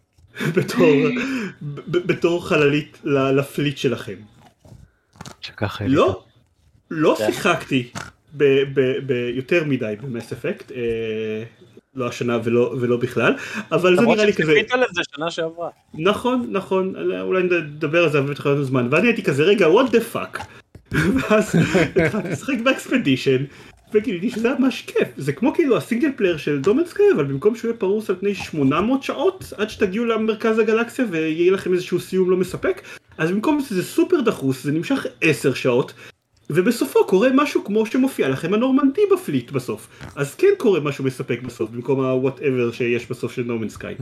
Speaker 2: בתור חללית לפליט שלכם. לא שיחקתי ביותר מדי במס אפקט, לא השנה ולא בכלל, אבל זה נראה לי כזה...
Speaker 3: למרות שציפית לזה שנה שעברה.
Speaker 2: נכון, אולי נדבר על זה, אבל התחלנו זמן, ואני הייתי כזה, רגע, what the fuck? ואז התחלתי לשחק באקספדישן, וגיליתי שזה היה ממש כיף, זה כמו כאילו הסינגל פלייר של דומן סקאי, אבל במקום שהוא יהיה פרוס על פני 800 שעות, עד שתגיעו למרכז הגלקסיה ויהיה לכם איזשהו סיום לא מספק, אז במקום זה סופר דחוס, זה נמשך 10 שעות, ובסופו קורה משהו כמו שמופיע לכם הנורמנדי בפליט בסוף. אז כן קורה משהו מספק בסוף, במקום ה-whatever שיש בסוף של נומן סקאי.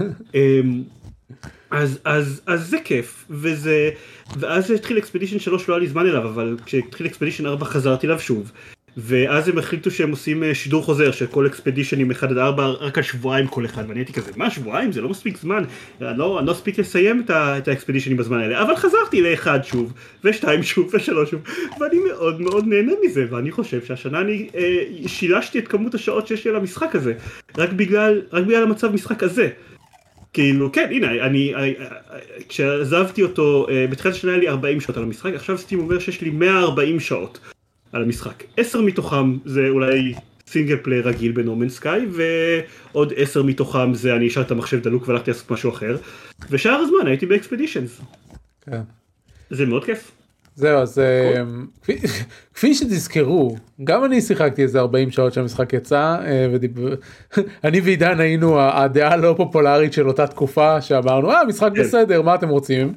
Speaker 2: אז זה כיף, ואז התחיל אקספדישן 3, לא היה לי זמן אליו, אבל כשהתחיל אקספדישן 4 חזרתי אליו שוב. ואז הם החליטו שהם עושים שידור חוזר של כל אקספדישנים 1-4 רק על שבועיים כל אחד, ואני הייתי כזה, מה שבועיים? זה לא מספיק זמן, אני לא מספיק לסיים את האקספדישנים בזמן האלה, אבל חזרתי ל1 שוב, ו2 שוב, ו3 שוב, ואני מאוד מאוד נהנה מזה, ואני חושב שהשנה אני שילשתי את כמות השעות שיש לי על המשחק הזה, רק בגלל המצב משחק הזה. כאילו, כן, הנה, כשעזבתי אותו, בתחילת השנה היה לי 40 שעות על המשחק, עכשיו סטים אומר שיש לי 140 שעות. על המשחק. 10 מתוכם זה אולי סינגל פלייר רגיל בנומן סקאי, ועוד 10 מתוכם זה אני אשאר את המחשב דלוק והלכתי לעשות משהו אחר, ושאר הזמן הייתי באקספדישנס. כן. זה מאוד כיף.
Speaker 1: זהו, אז כפי שתזכרו, גם אני שיחקתי איזה 40 שעות שהמשחק יצא, אני ועידן היינו הדעה הלא פופולרית של אותה תקופה, שאמרנו, משחק בסדר, מה אתם רוצים?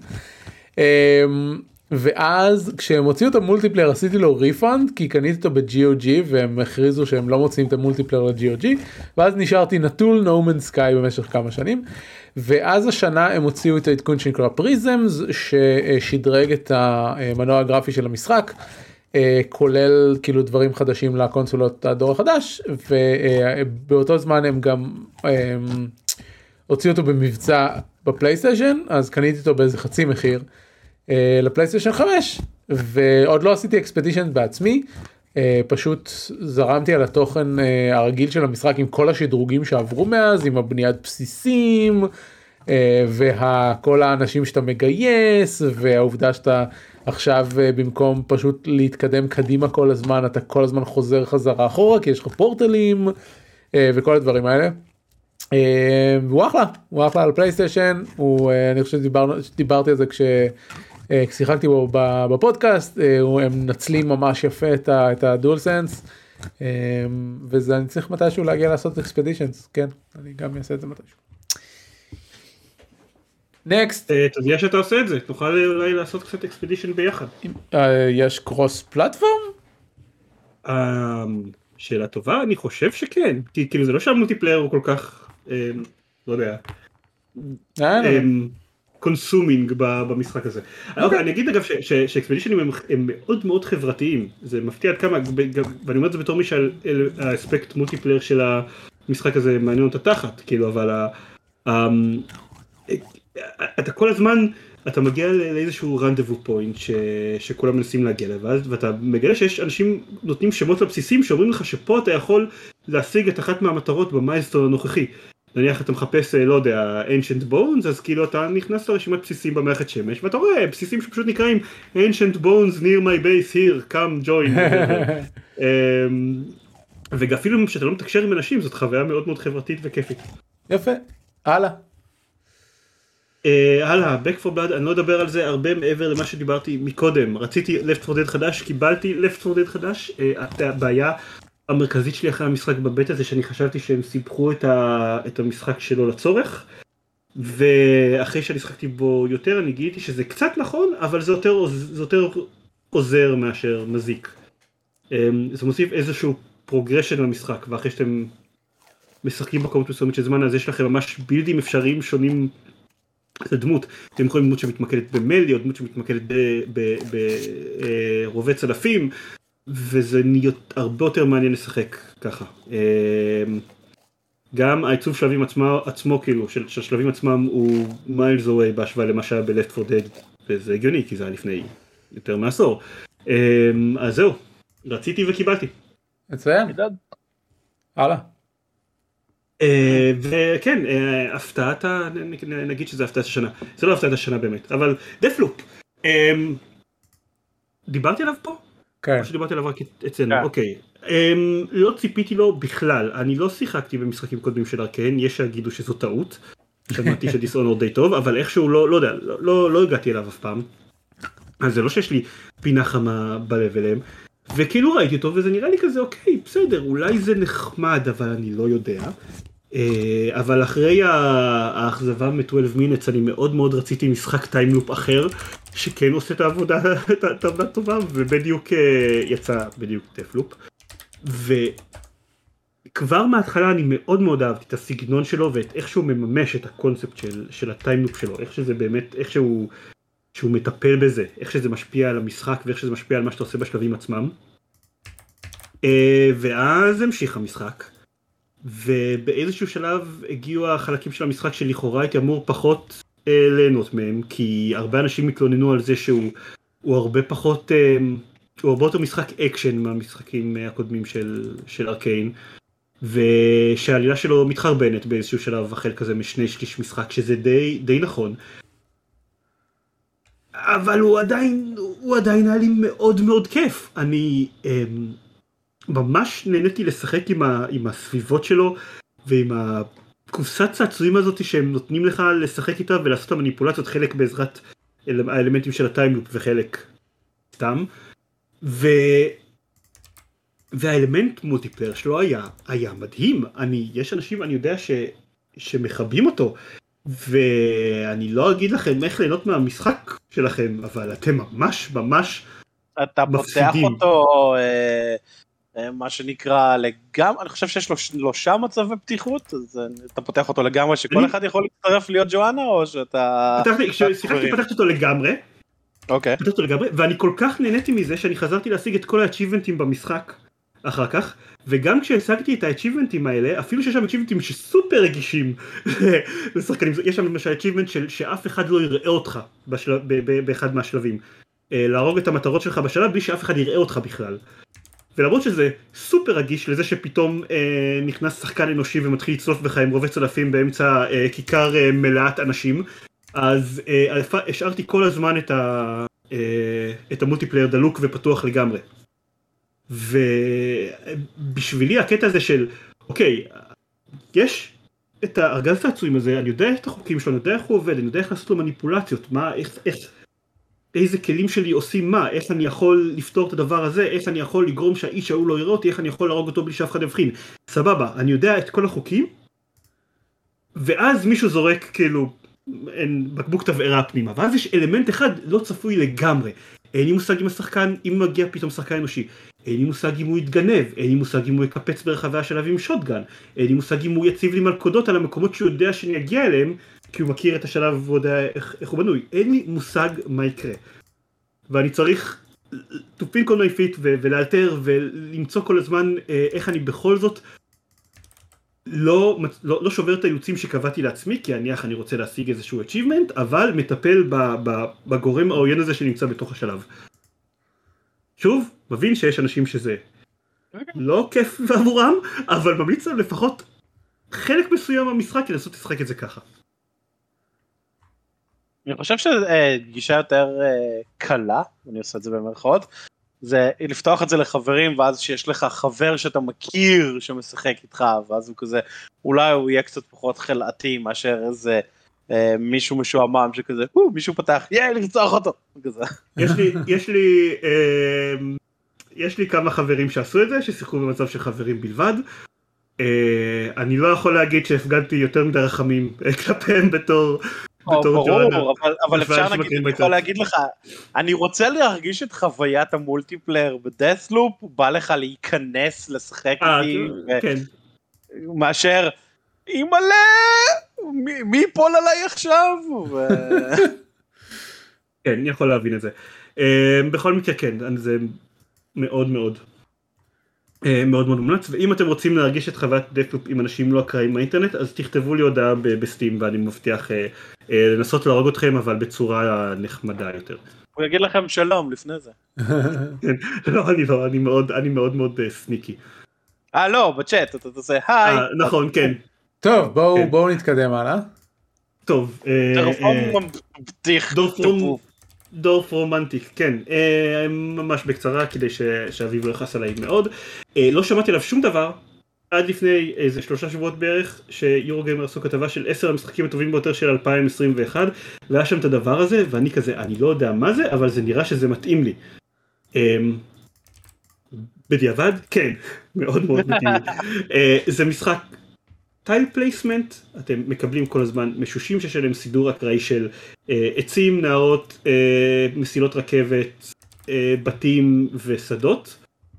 Speaker 1: ואז כשהם הוציאו את המולטיפלייר עשיתי לו ריפאנד, כי קניתי אותו ב-GOG והם הכריזו שהם לא מוצאים את המולטיפלייר ל-GOG, ואז נשארתי נטול נומן סקאי במשך כמה שנים, ואז השנה הם הוציאו את העדכון שנקרא פריזמס, ששדרג את המנוע הגרפי של המשחק, כולל כאילו דברים חדשים לקונסולות הדור החדש, ובאותו זמן הם גם הוציאו אותו במבצע בפלייסטיישן, אז קניתי אותו באיזה חצי מחיר, לפלייסטיישן 5, ועוד לא עשיתי אקספדישן בעצמי, פשוט זרמתי על התוכן הרגיל של המשחק עם כל השדרוגים שעברו מאז, עם הבניית בסיסים, וכל האנשים שאתה מגייס, והעובדה שאתה עכשיו במקום פשוט להתקדם קדימה כל הזמן, אתה כל הזמן חוזר חזרה אחורה, כי יש לך פורטלים, וכל הדברים האלה. הוא אחלה על פלייסטיישן, אני חושב שדיברתי על זה כששיחקתי בו בפודקאסט, הם מנצלים ממש יפה את הדואל סנס, וזה אני צריך מתישהו להגיע לעשות אקספדישנס, כן, אני גם אעשה את זה מתישהו. נקסט.
Speaker 2: תודיע שאתה עושה את זה, תוכל אולי לעשות קצת אקספדישן ביחד.
Speaker 1: יש קרוס פלטפורם?
Speaker 2: שאלה טובה, אני חושב שכן, כי כאילו זה לא שהמולטיפלייר הוא כל כך, לא יודע, קונסומינג במשחק הזה. אני אגיד אגב שאקספדישנים הם מאוד מאוד חברתיים, זה מפתיע עד כמה, ואני אומר את זה בתור מי שהאספקט מולטיפלייר של המשחק הזה מעניין אותה תחת, כאילו, אבל אתה כל הזמן, אתה מגיע לאיזשהו רנדבו פוינט שכולם מנסים להגיע אליו, ואתה מגלה שיש אנשים נותנים שמות לבסיסים שאומרים לך שפה אתה יכול להשיג את אחת מהמטרות במיילסטון הנוכחי. נניח אתה מחפש, לא יודע, Ancient Bones, אז כאילו אתה נכנס לרשימת בסיסים במערכת שמש, ואתה רואה בסיסים שפשוט נקראים Ancient Bones near my base here, come join. ואפילו שאתה לא מתקשר עם אנשים, זאת חוויה מאוד מאוד חברתית וכיפית.
Speaker 1: יפה, הלאה.
Speaker 2: הלאה, Back 4 Blood, אני לא אדבר על זה הרבה מעבר למה שדיברתי מקודם. רציתי Left 4 Dead חדש, קיבלתי Left 4 Dead חדש. הבעיה המרכזית שלי אחרי המשחק בבטא זה שאני חשבתי שהם סיפחו את המשחק שלו לצורך, ואחרי שאני שחקתי בו יותר אני גיליתי שזה קצת נכון, אבל זה יותר עוזר מאשר מזיק. זה מוסיף איזשהו פרוגרשן למשחק, ואחרי שאתם משחקים בכמות מסוימת של זמן, אז יש לכם ממש בילדים אפשריים שונים לדמות. אתם יכולים דמות שמתמקדת במלי, או דמות שמתמקדת ברובי צלפים, וזה הרבה יותר מעניין לשחק ככה. גם העיצוב שלבים עצמו כאילו, של שלבים עצמם הוא מיילס אווי בהשוואה למה שהיה ב-Left 4 Dead, וזה הגיוני, כי זה היה לפני יותר מעשור. אז זהו, רציתי וקיבלתי.
Speaker 1: מצוין. הלאה.
Speaker 2: וכן, הפתעת, נגיד שזה הפתעת השנה, זה לא הפתעת השנה באמת, אבל דפלופ, דיברתי עליו פה?
Speaker 1: כן.
Speaker 2: או שדיברתי עליו רק אצלנו,
Speaker 3: כן.
Speaker 2: אוקיי. לא ציפיתי לו בכלל, אני לא שיחקתי במשחקים קודמים של ארקיין, יש שיגידו שזו טעות, שמעתי שדיסאונר די טוב, אבל איכשהו לא יודע, לא הגעתי אליו אף פעם. אז זה לא שיש לי פינה חמה בלב אליהם, וכאילו ראיתי אותו וזה נראה לי כזה אוקיי, בסדר, אולי זה נחמד, אבל אני לא יודע. אבל אחרי האכזבה מ-12 Minutes אני מאוד מאוד רציתי משחק טיימלופ אחר שכן עושה את העבודה טובה, ובדיוק יצא בדיוק דפלופ. וכבר מההתחלה אני מאוד מאוד אהבתי את הסגנון שלו ואת איך שהוא מממש את הקונספט של הטיימלופ שלו, איך שזה באמת, איך שהוא מטפל בזה, איך שזה משפיע על המשחק ואיך שזה משפיע על מה שאתה עושה בשלבים עצמם. ואז המשיך המשחק. ובאיזשהו שלב הגיעו החלקים של המשחק שלכאורה הייתי אמור פחות ליהנות מהם, כי הרבה אנשים מתלוננו על זה שהוא הרבה פחות, הוא הרבה יותר משחק אקשן מהמשחקים הקודמים של ארקיין, ושהעלילה שלו מתחרבנת באיזשהו שלב החל כזה משני שליש משחק, שזה די נכון. אבל הוא עדיין היה לי מאוד מאוד כיף. אני ממש נהניתי לשחק עם הסביבות שלו ועם הקופסת צעצועים הזאת שהם נותנים לך לשחק איתה ולעשות את המניפולציות, חלק בעזרת האלמנטים של הטיימלופ וחלק סתם. והאלמנט מולטיפלייר שלו היה מדהים. יש אנשים, אני יודע שמחבים אותו, ואני לא אגיד לכם איך ליהנות מהמשחק שלכם, אבל אתם ממש
Speaker 3: אתה פותח אותו, מה שנקרא לגמרי, אני חושב שיש לו 3 מצבי פתיחות, אז אתה פותח אותו לגמרי שכל אחד יכול להצטרף להיות ג'ואנה, או שאתה...
Speaker 2: שיחקתי פתחתי אותו לגמרי.
Speaker 3: אוקיי.
Speaker 2: פתחתי אותו לגמרי, ואני כל כך נהניתי מזה שאני חזרתי להשיג את כל האצ'יבנטים במשחק אחר כך, וגם כשהשגתי את האצ'יבנטים האלה, אפילו שיש שם אצ'יבנטים שסופר רגישים לשחקנים, יש שם למשל אצ'יבנט שאף אחד לא יראה אותך באחד מהשלבים, להרוג את המטרות שלך בשלב בלי שאף אחד יראה אותך בכלל. ולמרות שזה סופר רגיש לזה שפתאום נכנס שחקן אנושי ומתחיל לצלוף בך עם רובה צלפים באמצע כיכר מלאת אנשים, אז השארתי כל הזמן את המולטיפלייר דלוק ופתוח לגמרי. ובשבילי הקטע הזה של אוקיי, יש את הארגז הצעצועים הזה, אני יודע את החוקים שלו, אני יודע איך הוא עובד, אני יודע איך לעשות לו מניפולציות, איזה כלים שלי עושים מה, איך אני יכול לפתור את הדבר הזה, איך אני יכול לגרום שהאיש ההוא לא יראה אותי, איך אני יכול להרוג אותו בלי שאף אחד יבחין. סבבה, אני יודע את כל החוקים, ואז מישהו זורק כאילו בקבוק תבערה פנימה, ואז יש אלמנט אחד לא צפוי לגמרי. אין לי מושג אם השחקן, אם מגיע פתאום שחקן אנושי, אין לי מושג אם הוא יתגנב, אין לי מושג אם הוא יקפץ ברחבי השלב עם שוטגן, אין לי מושג אם הוא יציב לי מלכודות על המקומות שהוא יודע שאני אגיע אליהם, כי הוא מכיר את השלב ויודע איך הוא בנוי. אין לי מושג מה יקרה. ואני צריך to pin on my feet ולאלתר ולמצוא כל הזמן איך אני בכל זאת לא שובר את האילוצים שקבעתי לעצמי, כי אני רוצה להשיג איזשהו achievement, אבל מטפל בגורם העוין הזה שנמצא בתוך השלב. שוב, מבין שיש אנשים שזה לא כיף עבורם, אבל ממליץ להם לפחות חלק מסוים מהמשחק לנסות לשחק את זה ככה.
Speaker 3: אני חושב שגישה יותר קלה, אני עושה את זה במרכאות, זה לפתוח את זה לחברים, ואז שיש לך חבר שאתה מכיר שמשחק איתך, ואז הוא כזה, אולי הוא יהיה קצת פחות חלעתי מאשר איזה מישהו משועמם שכזה, מישהו פתח, לרצוח אותו, כזה.
Speaker 2: יש לי כמה חברים שעשו את זה, ששיחקו במצב של חברים בלבד. אני לא יכול להגיד שהפגנתי יותר מדי רחמים כלפיהם בתור
Speaker 3: ברור, אבל אפשר נגיד, אני יכול להגיד לך, אני רוצה להרגיש את חוויית המולטיפלייר בדאת'לופ, בא לך להיכנס, לשחק איתי, מאשר, מי ייפול עליי עכשיו?
Speaker 2: כן, אני יכול להבין את זה. בכל מקרה כן, זה מאוד מאוד מומלץ, ואם אתם רוצים להרגיש את חוויית דאת'לופ עם אנשים לא אקראיים באינטרנט, אז תכתבו לי הודעה בסטים, ואני מבטיח לנסות להרוג אתכם, אבל בצורה נחמדה יותר.
Speaker 3: הוא יגיד לכם שלום לפני זה.
Speaker 2: לא, אני מאוד מאוד סניקי.
Speaker 3: לא, בצ'אט, אתה תעשה היי.
Speaker 2: נכון, כן.
Speaker 1: טוב, בואו נתקדם הלאה.
Speaker 2: טוב.
Speaker 3: דורפרום מבטיח.
Speaker 2: דורפרום דורף רומנטיק, כן, ממש בקצרה כדי שאביב לא יחס עליי מאוד. לא שמעתי עליו שום דבר עד לפני איזה 3 שבועות בערך, שיורוגיימר עשו כתבה של 10 המשחקים הטובים ביותר של 2021, והיה שם את הדבר הזה, ואני כזה, אני לא יודע מה זה, אבל זה נראה שזה מתאים לי. בדיעבד, כן, מאוד מאוד מתאים לי. זה משחק טייל פלייסמנט, אתם מקבלים כל הזמן משושים שיש עליהם סידור אקראי של עצים, נהרות, מסילות רכבת, בתים ושדות,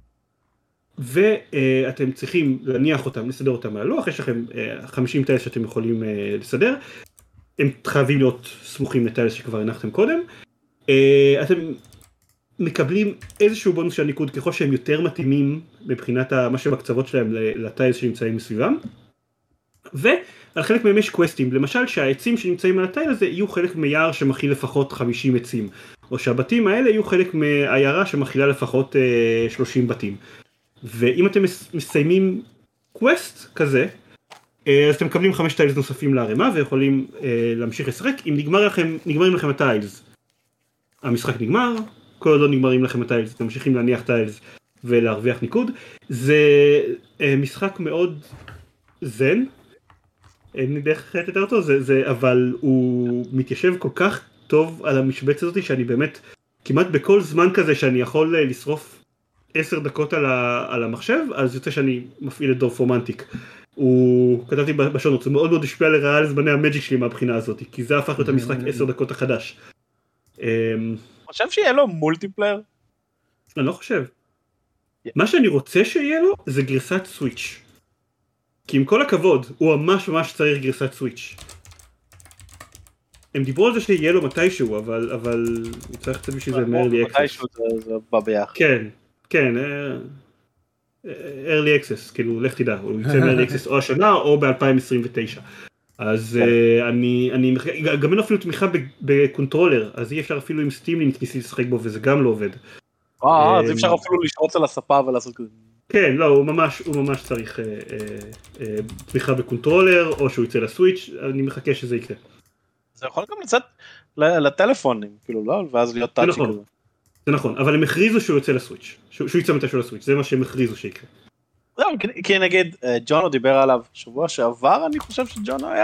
Speaker 2: ואתם צריכים להניח אותם, לסדר אותם על הלוח. יש לכם 50 טיילס שאתם יכולים לסדר, הם חייבים להיות סמוכים לטיילס שכבר הנחתם קודם. אתם מקבלים איזשהו בונוס של ניקוד ככל שהם יותר מתאימים מבחינת מה שבקצוות שלהם לטיילס שנמצאים מסביבם. ועל חלק מהם יש קווסטים, למשל שהעצים שנמצאים על הטייל הזה יהיו חלק מיער שמכיל לפחות 50 עצים, או שהבתים האלה יהיו חלק מהעיירה שמכילה לפחות 30 בתים. ואם אתם מסיימים קווסט כזה, אז אתם מקבלים 5 טיילס נוספים לערימה ויכולים להמשיך לשחק. אם נגמרים לכם הטיילס, המשחק נגמר. כל עוד לא נגמרים לכם הטיילס, אתם ממשיכים להניח טיילס ולהרוויח ניקוד. זה משחק מאוד זן, אין לי דרך אחרת יותר אותו, אבל הוא מתיישב כל כך טוב על המשבצת הזאת, שאני באמת, כמעט בכל זמן כזה שאני יכול לשרוף 10 דקות על המחשב, אז יוצא שאני מפעיל את דורף רומנטיק. הוא, כתבתי בשונות, זה מאוד מאוד השפיע לרעה על זמני המג'יק שלי מהבחינה הזאת, כי זה הפך להיות המשחק 10 דקות החדש.
Speaker 3: חושב שיהיה לו מולטיפלייר?
Speaker 2: אני לא חושב. מה שאני רוצה שיהיה לו זה גרסת סוויץ'. כי עם כל הכבוד, הוא ממש צריך גרסת סוויץ'. הם דיברו על זה שיהיה לו מתישהו, אבל הוא צריך קצת בשביל זה מ-early access.
Speaker 3: מתישהו זה בא ביחד.
Speaker 2: כן, early access, כאילו, לך תדע, הוא יוצא מ-early access או השנה או ב-2029. אז אני גם אין אפילו תמיכה בקונטרולר, אז אי אפשר אפילו עם סטים ניסיתי לשחק בו וזה גם לא עובד.
Speaker 3: אז אי אפשר אפילו לשרוץ על הספה ולעשות כזה.
Speaker 2: כן, לא, הוא ממש צריך תמיכה בקונטרולר, או שהוא יצא לסוויץ', אני מחכה שזה יקרה.
Speaker 3: זה יכול גם לצאת לטלפונים, כאילו, לא? ואז להיות טאצ'י כזה.
Speaker 2: זה נכון, אבל הם הכריזו שהוא יוצא לסוויץ', שהוא יצא מתישהו לסוויץ', זה מה שהם הכריזו שיקרה.
Speaker 3: כי נגיד, ג'ונו דיבר עליו שבוע שעבר, אני חושב שג'ונו היה,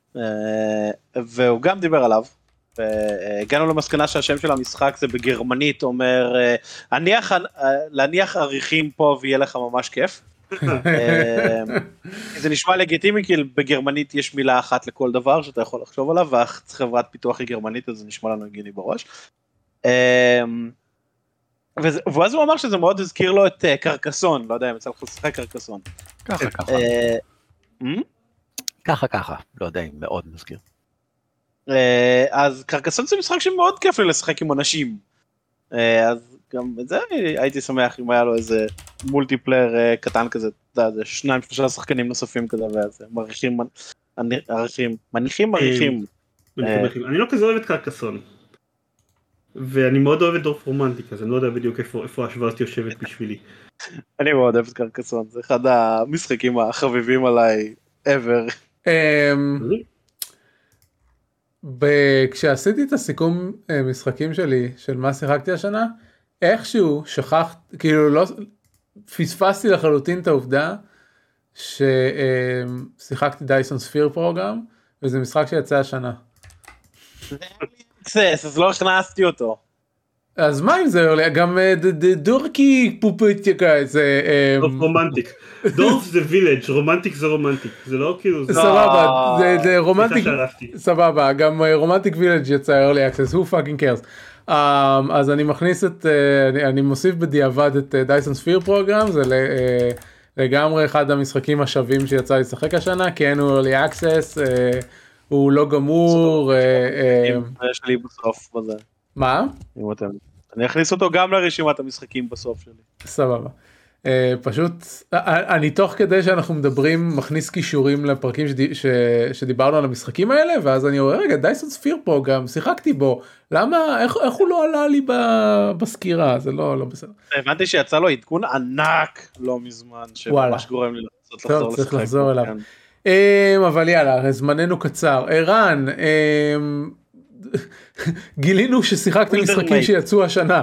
Speaker 3: והוא גם דיבר עליו, והגענו למסקנה שהשם של המשחק זה בגרמנית, אומר, להניח עריכים פה ויהיה לך ממש כיף. זה נשמע לגיטימי, כי בגרמנית יש מילה אחת לכל דבר שאתה יכול לחשוב עליו, והחברת פיתוח היא גרמנית, אז זה נשמע לנו הגיוני בראש. ואז הוא אמר שזה מאוד הזכיר לו את קרקסון, לא יודע אם יצא לך לשחק קרקסון.
Speaker 4: ככה, לא יודע אם מאוד מזכיר.
Speaker 3: אז קרקסון זה משחק שמאוד כיף לי לשחק עם אנשים, אז גם את זה הייתי שמח אם היה לו איזה מולטיפלייר קטן כזה, זה 2-3 שחקנים נוספים כזה, ואז מניחים.
Speaker 2: אני לא כזה אוהב את קרקסון. ואני מאוד אוהב את דורף רומנטיק, אז אני לא יודע בדיוק איפה ההשוואה הזאת יושבת בשבילי.
Speaker 3: אני מאוד אוהב את קרקסון, זה אחד המשחקים החביבים עליי ever.
Speaker 1: כשעשיתי את הסיכום משחקים שלי, של מה שיחקתי השנה, איכשהו שכחתי, כאילו לא, פספסתי לחלוטין את העובדה, ששיחקתי דייסון ספיר פרוגרם, וזה משחק שיצא השנה.
Speaker 3: אז לא הכנסתי אותו.
Speaker 1: אז מה אם זה, גם דורקי פופטיקה, זה...
Speaker 2: דורף רומנטיק. דורף זה וילג', רומנטיק זה רומנטיק, זה לא כאילו...
Speaker 1: סבבה, זה רומנטיק, סבבה, גם רומנטיק וילג' יצא early access, who fucking cares. אז אני מכניס אני מוסיף בדיעבד את דייסון ספיר פרוגרם, זה לגמרי אחד המשחקים השווים שיצא לשחק השנה, כי אין הוא early access, הוא לא גמור.
Speaker 3: יש לי בסוף בזה.
Speaker 1: מה?
Speaker 3: אני אכניס אותו גם לרשימת המשחקים בסוף שלי.
Speaker 1: סבבה. פשוט, אני תוך כדי שאנחנו מדברים, מכניס קישורים לפרקים שדיברנו על המשחקים האלה, ואז אני אומר, רגע, דייסון ספיר פה גם, שיחקתי בו, למה, איך הוא לא עלה לי בסקירה? זה לא בסדר.
Speaker 3: הבנתי שיצא לו עדכון ענק לא מזמן, שממש גורם לי לחזור לשחק.
Speaker 1: צריך לחזור אליו. אבל יאללה, זמננו קצר. ערן, גילינו ששיחקתם משחקים שיצאו השנה.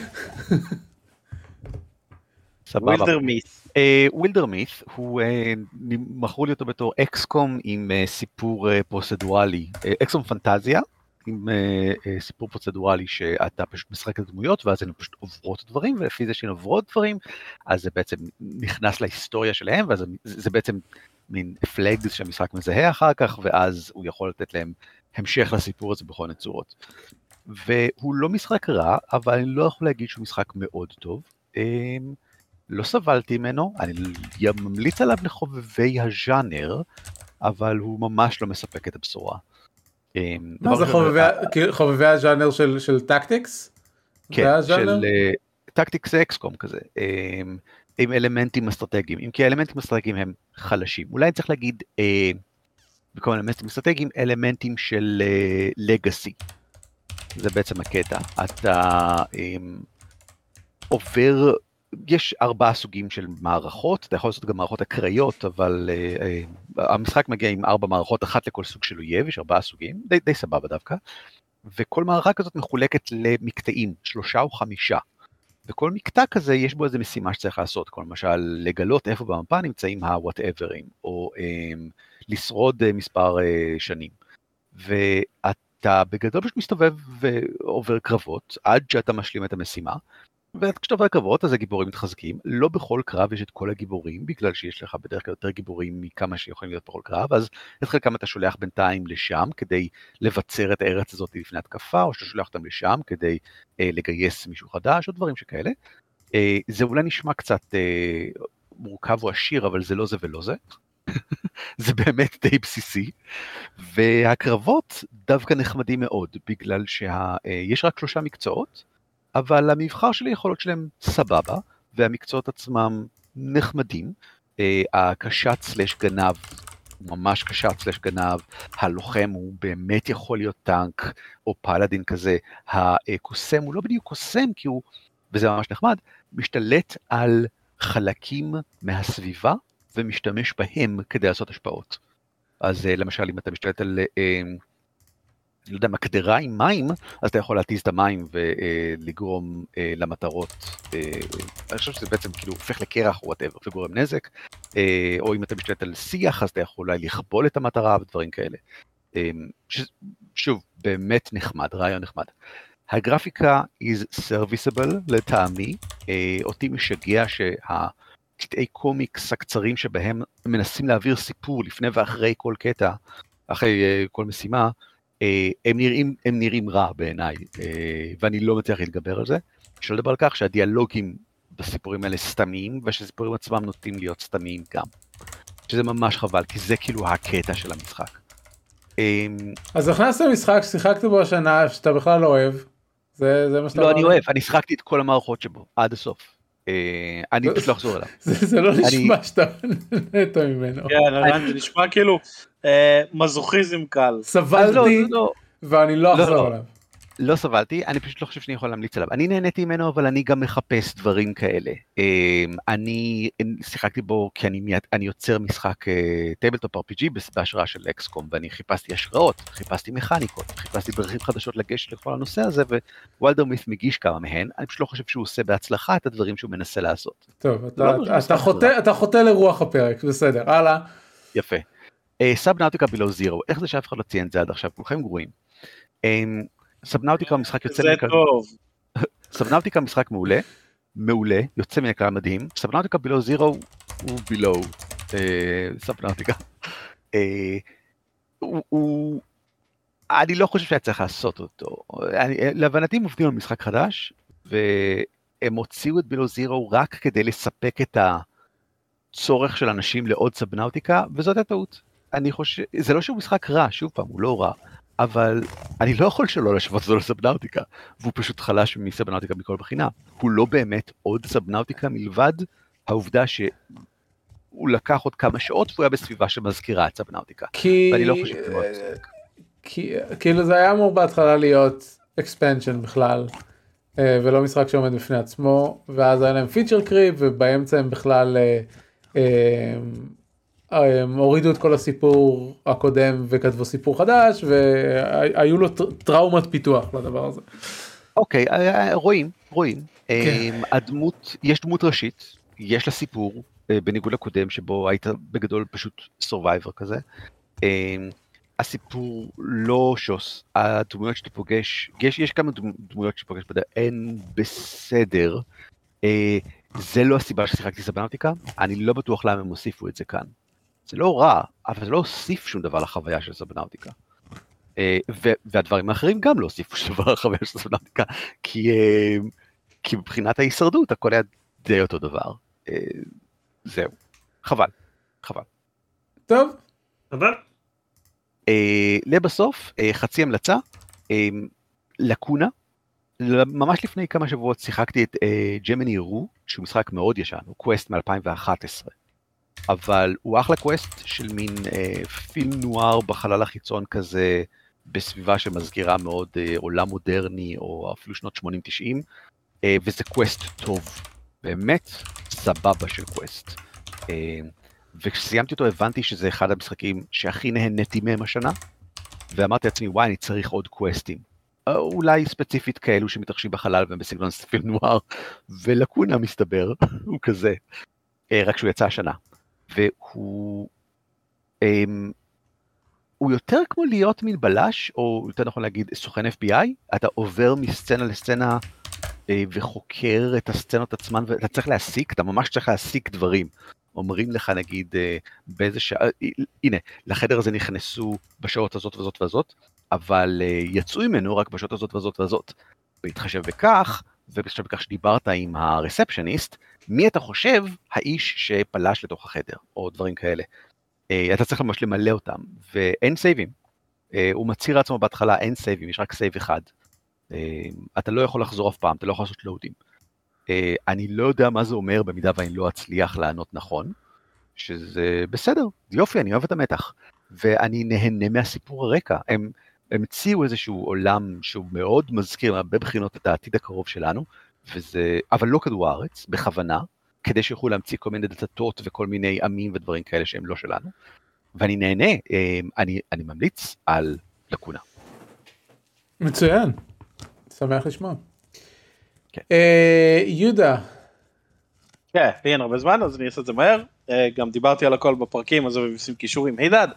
Speaker 3: ווילדרמית'.
Speaker 4: ווילדרמית' הוא, מכרו לי אותו בתור אקסקום עם סיפור פרוצדואלי, אקסקום פנטזיה, עם סיפור פרוצדואלי שאתה פשוט משחק את הדמויות, ואז הן פשוט עוברות דברים, ולפי זה שהן עוברות דברים, אז זה בעצם נכנס להיסטוריה שלהם, ואז זה בעצם מין פלגס שהמשחק מזהה אחר כך, ואז הוא יכול לתת להם המשך לסיפור הזה בכל מיני צורות. והוא לא משחק רע, אבל אני לא יכול להגיד שהוא משחק מאוד טוב. לא סבלתי ממנו, אני ממליץ עליו לחובבי הז'אנר, אבל הוא ממש לא מספק את הבשורה.
Speaker 1: מה זה חובבי הז'אנר של טקטיקס?
Speaker 4: כן, של טקטיקס אקסקום כזה, עם אלמנטים אסטרטגיים, אם כי האלמנטים האסטרטגיים הם חלשים. אולי צריך להגיד, בכל אלמנטים אסטרטגיים, אלמנטים של לגאסי. זה בעצם הקטע. אתה עובר, יש 4 סוגים של מערכות, אתה יכול לעשות גם מערכות אקראיות, אבל המשחק מגיע עם 4 מערכות, אחת לכל סוג של אויב, יש 4 סוגים, די סבבה דווקא, וכל מערכה כזאת מחולקת למקטעים, 3 או 5, וכל מקטע כזה יש בו איזה משימה שצריך לעשות, כמו למשל לגלות איפה במפה נמצאים ה-whatever'ים, או לשרוד מספר שנים, ואתה בגדול פשוט מסתובב ועובר קרבות, עד שאתה משלים את המשימה, וכשאתה עובר קרבות אז הגיבורים מתחזקים, לא בכל קרב יש את כל הגיבורים, בגלל שיש לך בדרך כלל יותר גיבורים מכמה שיכולים להיות בכל קרב, אז את חלקם אתה שולח בינתיים לשם, כדי לבצר את הארץ הזאת לפני התקפה, או שאתה שולח אותם לשם כדי לגייס מישהו חדש, או דברים שכאלה. זה אולי נשמע קצת מורכב או עשיר, אבל זה לא זה ולא זה. זה באמת די בסיסי, והקרבות דווקא נחמדים מאוד, בגלל שיש רק 3 מקצועות, אבל המבחר של היכולות שלהם סבבה, והמקצועות עצמם נחמדים. הקשת סלש גנב, ממש קשת סלש גנב, הלוחם הוא באמת יכול להיות טנק, או פלאדין כזה, הקוסם הוא לא בדיוק קוסם, כי הוא, וזה ממש נחמד, משתלט על חלקים מהסביבה, ומשתמש בהם כדי לעשות השפעות. אז למשל, אם אתה משתלט על לא יודע, מקדרה עם מים, אז אתה יכול להתיז את המים ולגרום למטרות, אני חושב שזה בעצם כאילו הופך לקרח או whatever, וגורם נזק, או אם אתה משתלט על שיח, אז אתה יכול אולי לכבול את המטרה ודברים כאלה. שוב, באמת נחמד, רעיון נחמד. הגרפיקה is serviceable לטעמי, אותי משגע קטעי קומיקס הקצרים שבהם מנסים להעביר סיפור לפני ואחרי כל קטע, אחרי כל משימה, הם נראים רע בעיניי, ואני לא מצליח להתגבר על זה. שלא לדבר על כך שהדיאלוגים בסיפורים האלה סתמיים, ושסיפורים עצמם נוטים להיות סתמיים גם. שזה ממש חבל, כי זה כאילו הקטע של המשחק.
Speaker 1: אז הכנסת משחק ששיחקת בו השנה, שאתה בכלל לא אוהב, זה מה שאתה
Speaker 4: לא, אני אוהב, אני שחקתי את כל המערכות שבו, עד הסוף. אני פשוט לא אחזור אליו.
Speaker 1: זה לא נשמע שאתה נטו ממנו.
Speaker 3: כן, זה נשמע כאילו מזוכיזם קל.
Speaker 1: סבלתי ואני לא אחזור עליו.
Speaker 4: לא סבלתי, אני פשוט לא חושב שאני יכול להמליץ עליו. אני נהניתי ממנו, אבל אני גם מחפש דברים כאלה. אני שיחקתי בו כי אני יוצר משחק טייבלטופ RPG בהשראה של אקסקום, ואני חיפשתי השראות, חיפשתי מכניקות, חיפשתי דרכים חדשות לגשת לכל הנושא הזה, ווילדרמית' מגיש כמה מהן. אני פשוט לא חושב שהוא עושה בהצלחה את הדברים שהוא מנסה לעשות.
Speaker 1: טוב, אתה חוטא לרוח הפרק, בסדר, הלאה.
Speaker 4: יפה. סאבנאוטיקה בילו זירו, איך זה שאף אחד לא ציין את זה עד עכשיו? כולכם גרועים. סאבנאוטיקה משחק יוצא מן הכלל. זה טוב. סאבנאוטיקה משחק מעולה, יוצא מן הכלל מדהים. סאבנאוטיקה בילו זירו הוא בילו סאבנאוטיקה. אני לא חושב שהיה צריך לעשות אותו. להבנתי הם עובדים על משחק חדש, והם הוציאו את בילו זירו רק כדי לספק את הצורך של אנשים לעוד סאבנאוטיקה, וזאת הטעות. אני חושב, זה לא שהוא משחק רע, שוב פעם, הוא לא רע. אבל אני לא יכול שלא לשוות אותו לסאבנאוטיקה, והוא פשוט חלש מסאבנאוטיקה מכל בחינה. הוא לא באמת עוד סאבנאוטיקה מלבד העובדה שהוא לקח עוד כמה שעות והוא היה בסביבה שמזכירה את סאבנאוטיקה. ואני לא חושב שזה מאוד צודק.
Speaker 1: כאילו זה היה אמור בהתחלה להיות expansion בכלל, ולא משחק שעומד בפני עצמו, ואז היה להם פיצ'ר קריפ, ובאמצע הם בכלל הורידו את כל הסיפור הקודם וכתבו סיפור חדש, והיו לו טראומת פיתוח לדבר הזה.
Speaker 4: אוקיי, רואים. יש דמות ראשית, יש לה סיפור, בניגוד לקודם, שבו היית בגדול פשוט סורווייבר כזה. הסיפור לא שוס, הדמויות שאתה פוגש, יש כמה דמויות שאתה פוגש בדרך, הן בסדר. זה לא הסיבה ששיחקתי סבנאוטיקה, אני לא בטוח למה הם הוסיפו את זה כאן. זה לא רע, אבל זה לא הוסיף שום דבר לחוויה של סבנאוטיקה. והדברים האחרים גם לא הוסיפו שום דבר לחוויה של סבנאוטיקה, כי מבחינת ההישרדות הכל היה די אותו דבר. זהו, חבל.
Speaker 1: טוב.
Speaker 2: אבל?
Speaker 4: לבסוף, חצי המלצה, לקונה, ממש לפני כמה שבועות שיחקתי את ג'מיני רו, שהוא משחק מאוד ישן, הוא קווסט מ-2011, אבל הוא אחלה קווסט של מין פילם נואר בחלל החיצון כזה, בסביבה שמזכירה מאוד עולם מודרני, או אפילו שנות 80-90, וזה קווסט טוב, באמת סבבה של קווסט. וכשסיימתי אותו הבנתי שזה אחד המשחקים שהכי נהניתי מהם השנה, ואמרתי לעצמי, וואי, אני צריך עוד קווסטים. אולי ספציפית כאלו שמתרחשים בחלל והם בסגנון פילם נואר, ולקונה מסתבר, הוא כזה, רק שהוא יצא השנה. והוא יותר כמו להיות מין בלש, או יותר נכון להגיד סוכן FBI, אתה עובר מסצנה לסצנה וחוקר את הסצנות עצמן, ואתה צריך להסיק, אתה ממש צריך להסיק דברים. אומרים לך נגיד באיזה שעה, הנה, לחדר הזה נכנסו בשעות הזאת וזאת וזאת, אבל יצאו ממנו רק בשעות הזאת וזאת וזאת. בהתחשב בכך, ובהתחשב בכך שדיברת עם הרספשניסט, מי אתה חושב האיש שפלש לתוך החדר, או דברים כאלה. אתה צריך ממש למלא אותם, ואין סייבים. הוא מצהיר לעצמו בהתחלה, אין סייבים, יש רק סייב אחד. אתה לא יכול לחזור אף פעם, אתה לא יכול לעשות לואודים. אני לא יודע מה זה אומר במידה ואני לא אצליח לענות נכון, שזה בסדר, יופי, אני אוהב את המתח, ואני נהנה מהסיפור הרקע. הם הציעו איזשהו עולם שהוא מאוד מזכיר מהרבה בחינות את העתיד הקרוב שלנו, אבל לא כדור הארץ, בכוונה, כדי שיוכלו להמציא כל מיני דלתות וכל מיני עמים ודברים כאלה שהם לא שלנו, ואני נהנה, אני ממליץ על לקונה.
Speaker 1: מצוין, שמח לשמוע. יהודה.
Speaker 3: כן, לי אין הרבה זמן, אז אני אעשה את זה מהר. גם דיברתי על הכל בפרקים, אז עושים קישור עם הידד.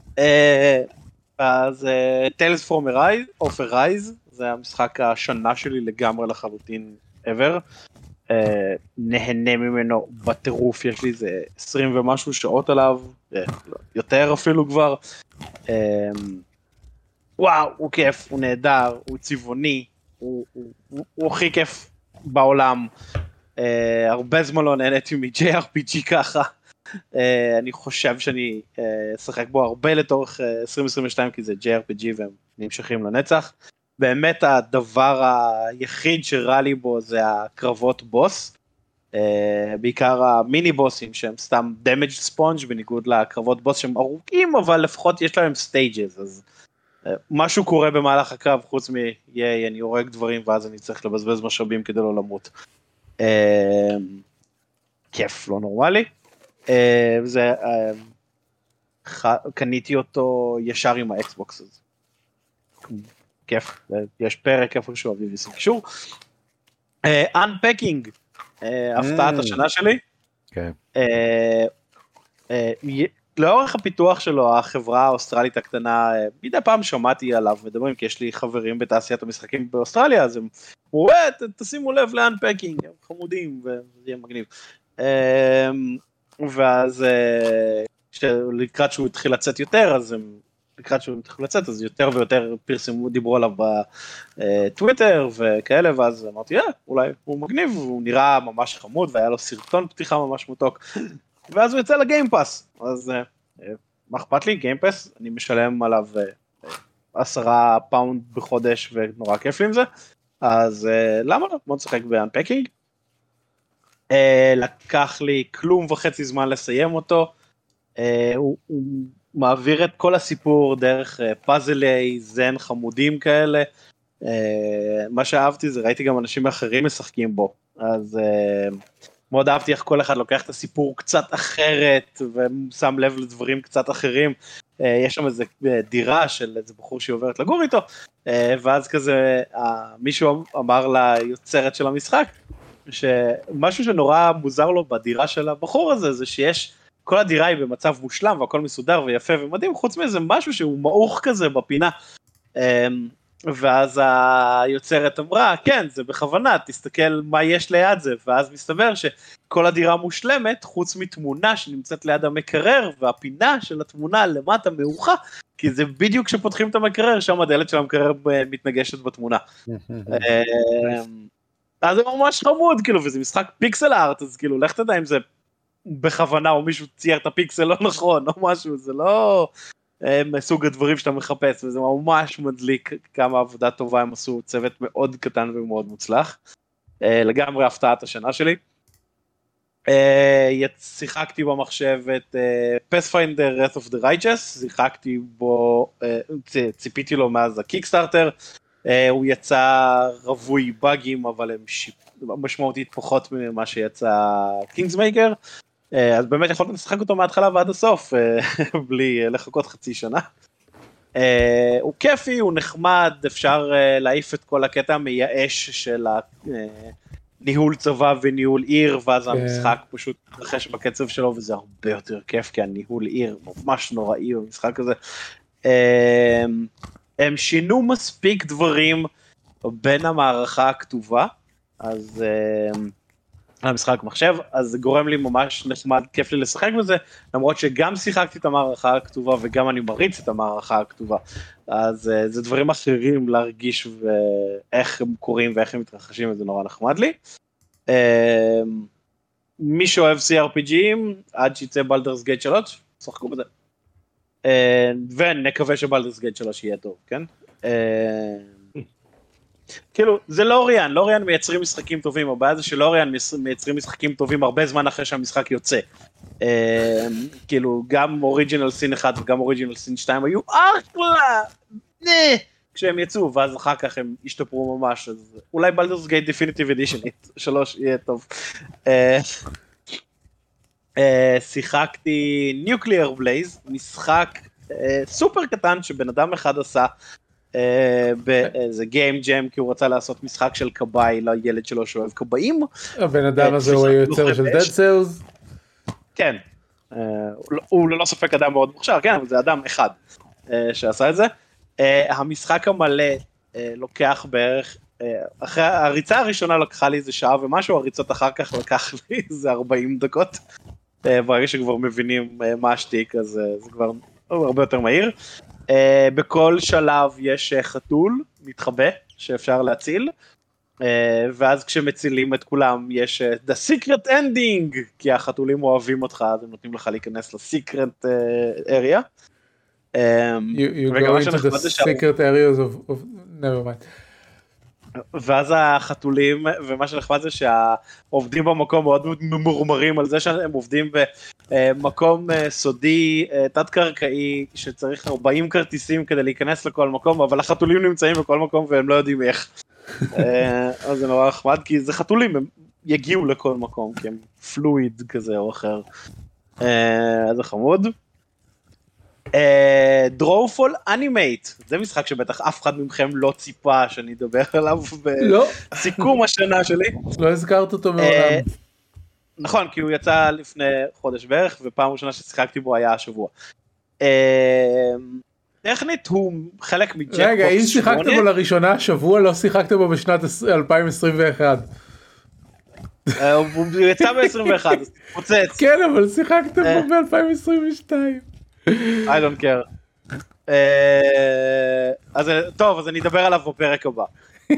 Speaker 3: אז Tales from Arise, זה המשחק השנה שלי לגמרי לחלוטין ever. נהנה ממנו בטירוף, יש לי איזה 20 ומשהו שעות עליו, יותר אפילו כבר. וואו, הוא כיף, הוא נהדר, הוא צבעוני, הוא הכי כיף בעולם. הרבה זמן לא נהניתי מ-JRPG ככה. אני חושב שאני אשחק בו הרבה לתורך 2022, כי זה JRPG והם נמשכים לנצח. באמת הדבר היחיד שרע לי בו זה הקרבות בוס, בעיקר המיני בוסים שהם סתם damage sponge, בניגוד לקרבות בוס שהם ארוכים, אבל לפחות יש להם stages, אז משהו קורה במהלך הקרב, חוץ מ-יי, אני הורג דברים ואז אני צריך לבזבז משאבים כדי לא למות. כיף, לא נורמלי. קניתי אותו ישר עם האקסבוקס הזה. כיף, יש פרק איפשהו אביב ישים קישור. Unpacking, הפתעת השנה שלי. כן. לאורך הפיתוח שלו, החברה האוסטרלית הקטנה, מדי פעם שמעתי עליו מדברים, כי יש לי חברים בתעשיית המשחקים באוסטרליה, אז הם אומרים, תשימו לב ל-Unpacking, הם חמודים, וזה יהיה מגניב. ואז לקראת שהוא התחיל לצאת יותר, אז יותר ויותר פרסמו, דיברו עליו בטוויטר וכאלה, ואז אמרתי, אולי הוא מגניב, הוא נראה ממש חמוד, והיה לו סרטון פתיחה ממש מותוק, ואז הוא יצא לגיימפאס, אז מה אכפת לי, גיימפאס, אני משלם עליו 10 פאונד בחודש, ונורא כיף לי עם זה, אז למה לא? בוא נשחק ב-Unpacking. לקח לי כלום וחצי זמן לסיים אותו, הוא מעביר את כל הסיפור דרך פאזלי זן חמודים כאלה, מה שאהבתי זה ראיתי גם אנשים אחרים משחקים בו, אז מאוד אהבתי איך כל אחד לוקח את הסיפור קצת אחרת, ושם לב לדברים קצת אחרים. יש שם איזה דירה של איזה בחור שהיא עוברת לגור איתו, ואז כזה מישהו אמר ליוצרת של המשחק, שמשהו שנורא מוזר לו בדירה של הבחור הזה, זה שיש, כל הדירה היא במצב מושלם, והכל מסודר ויפה ומדהים, חוץ מאיזה משהו שהוא מעוך כזה בפינה, ואז היוצרת אמרה, כן, זה בכוונה, תסתכל מה יש ליד זה, ואז מסתבר שכל הדירה מושלמת, חוץ מתמונה שנמצאת ליד המקרר, והפינה של התמונה למטה מאוחה, כי זה בדיוק כשפותחים את המקרר, שם הדלת של המקרר מתנגשת בתמונה. אז זה ממש חמוד, כאילו, וזה משחק פיקסל ארט, אז כאילו, לך תדע אם זה בכוונה, או מישהו צייר את הפיקסל לא נכון, או משהו, זה לא מסוג הדברים שאתה מחפש, וזה ממש מדליק כמה עבודה טובה הם עשו, צוות מאוד קטן ומאוד מוצלח, לגמרי הפתעת השנה שלי. שיחקתי במחשב את Pathfinder Wrath of the Righteous, שיחקתי בו, ציפיתי לו מאז הקיקסטארטר, הוא יצא רווי באגים, אבל הם משמעותית פחות ממה שיצא קינגסמייקר, אז באמת יכולת לשחק אותו מההתחלה ועד הסוף, בלי לחכות חצי שנה. הוא כיפי, הוא נחמד, אפשר להעיף את כל הקטע המייאש של ניהול צבא וניהול עיר, ואז המשחק פשוט מתרחש בקצב שלו, וזה הרבה יותר כיף, כי הניהול עיר ממש נוראי במשחק הזה. הם שינו מספיק דברים בין המערכה הכתובה, אז המשחק מחשב, אז זה גורם לי ממש נחמד, כיף לי לשחק בזה, למרות שגם שיחקתי את המערכה הכתובה, וגם אני מריץ את המערכה הכתובה, אז זה דברים אחרים להרגיש, ואיך הם קורים, ואיך הם מתרחשים, וזה נורא נחמד לי. מי שאוהב CRPG'ים, עד שיצא בלדרס גייט 3, שחקו בזה. ונקווה שבלדרס גייט 3 יהיה טוב, כן? כאילו, זה לוריאן, לוריאן מייצרים משחקים טובים, הבעיה זה שלוריאן מייצרים משחקים טובים הרבה זמן אחרי שהמשחק יוצא. כאילו, גם אוריג'ינל סין 1 וגם אוריג'ינל סין 2 היו אחלה, כשהם יצאו, ואז אחר כך הם השתפרו ממש, אז אולי בלדרס גייט דפיניטיב אדישן 3 יהיה טוב. שיחקתי ניוקליאר בלייז, משחק סופר קטן שבן אדם אחד עשה, באיזה גיים ג'ם, כי הוא רצה לעשות משחק של קבאי לילד שלו שאוהב קבאים.
Speaker 1: הבן אדם הזה הוא היוצר של Dead Cells.
Speaker 3: כן, הוא ללא ספק אדם מאוד מוכשר, כן, אבל זה אדם אחד שעשה את זה. המשחק המלא לוקח בערך, אחרי הריצה הראשונה לקחה לי איזה שעה ומשהו, הריצות אחר כך לקח לי איזה 40 דקות, ברגע שכבר מבינים מה השתיק, אז זה כבר הרבה יותר מהיר. בכל שלב יש חתול מתחבא שאפשר להציל, ואז כשמצילים את כולם יש the secret ending, כי החתולים אוהבים אותך, אז הם נותנים לך להיכנס לסיקרט area.
Speaker 1: You go into the secret areas of never mind.
Speaker 3: ואז החתולים, ומה שנחמד זה שהעובדים במקום מאוד ממורמרים על זה שהם עובדים במקום סודי, תת-קרקעי, שצריך 40 כרטיסים כדי להיכנס לכל מקום, אבל החתולים נמצאים בכל מקום והם לא יודעים איך. אז זה נורא נחמד, כי זה חתולים, הם יגיעו לכל מקום, כי הם פלואיד כזה או אחר. אז זה חמוד. Drawful Animate, זה משחק שבטח אף אחד מכם לא ציפה שאני אדבר עליו בסיכום השנה שלי.
Speaker 1: לא הזכרת אותו מעולם.
Speaker 3: נכון, כי הוא יצא לפני חודש בערך, ופעם ראשונה ששיחקתי בו היה השבוע. טכנית הוא חלק מג'קבוקס 8.
Speaker 1: רגע, אם שיחקת בו לראשונה השבוע, לא שיחקת בו בשנת 2021.
Speaker 3: הוא יצא ב-21, אז תפוצץ.
Speaker 1: כן, אבל שיחקת בו ב-2022.
Speaker 3: I don't care. אז טוב, אז אני אדבר עליו בפרק הבא.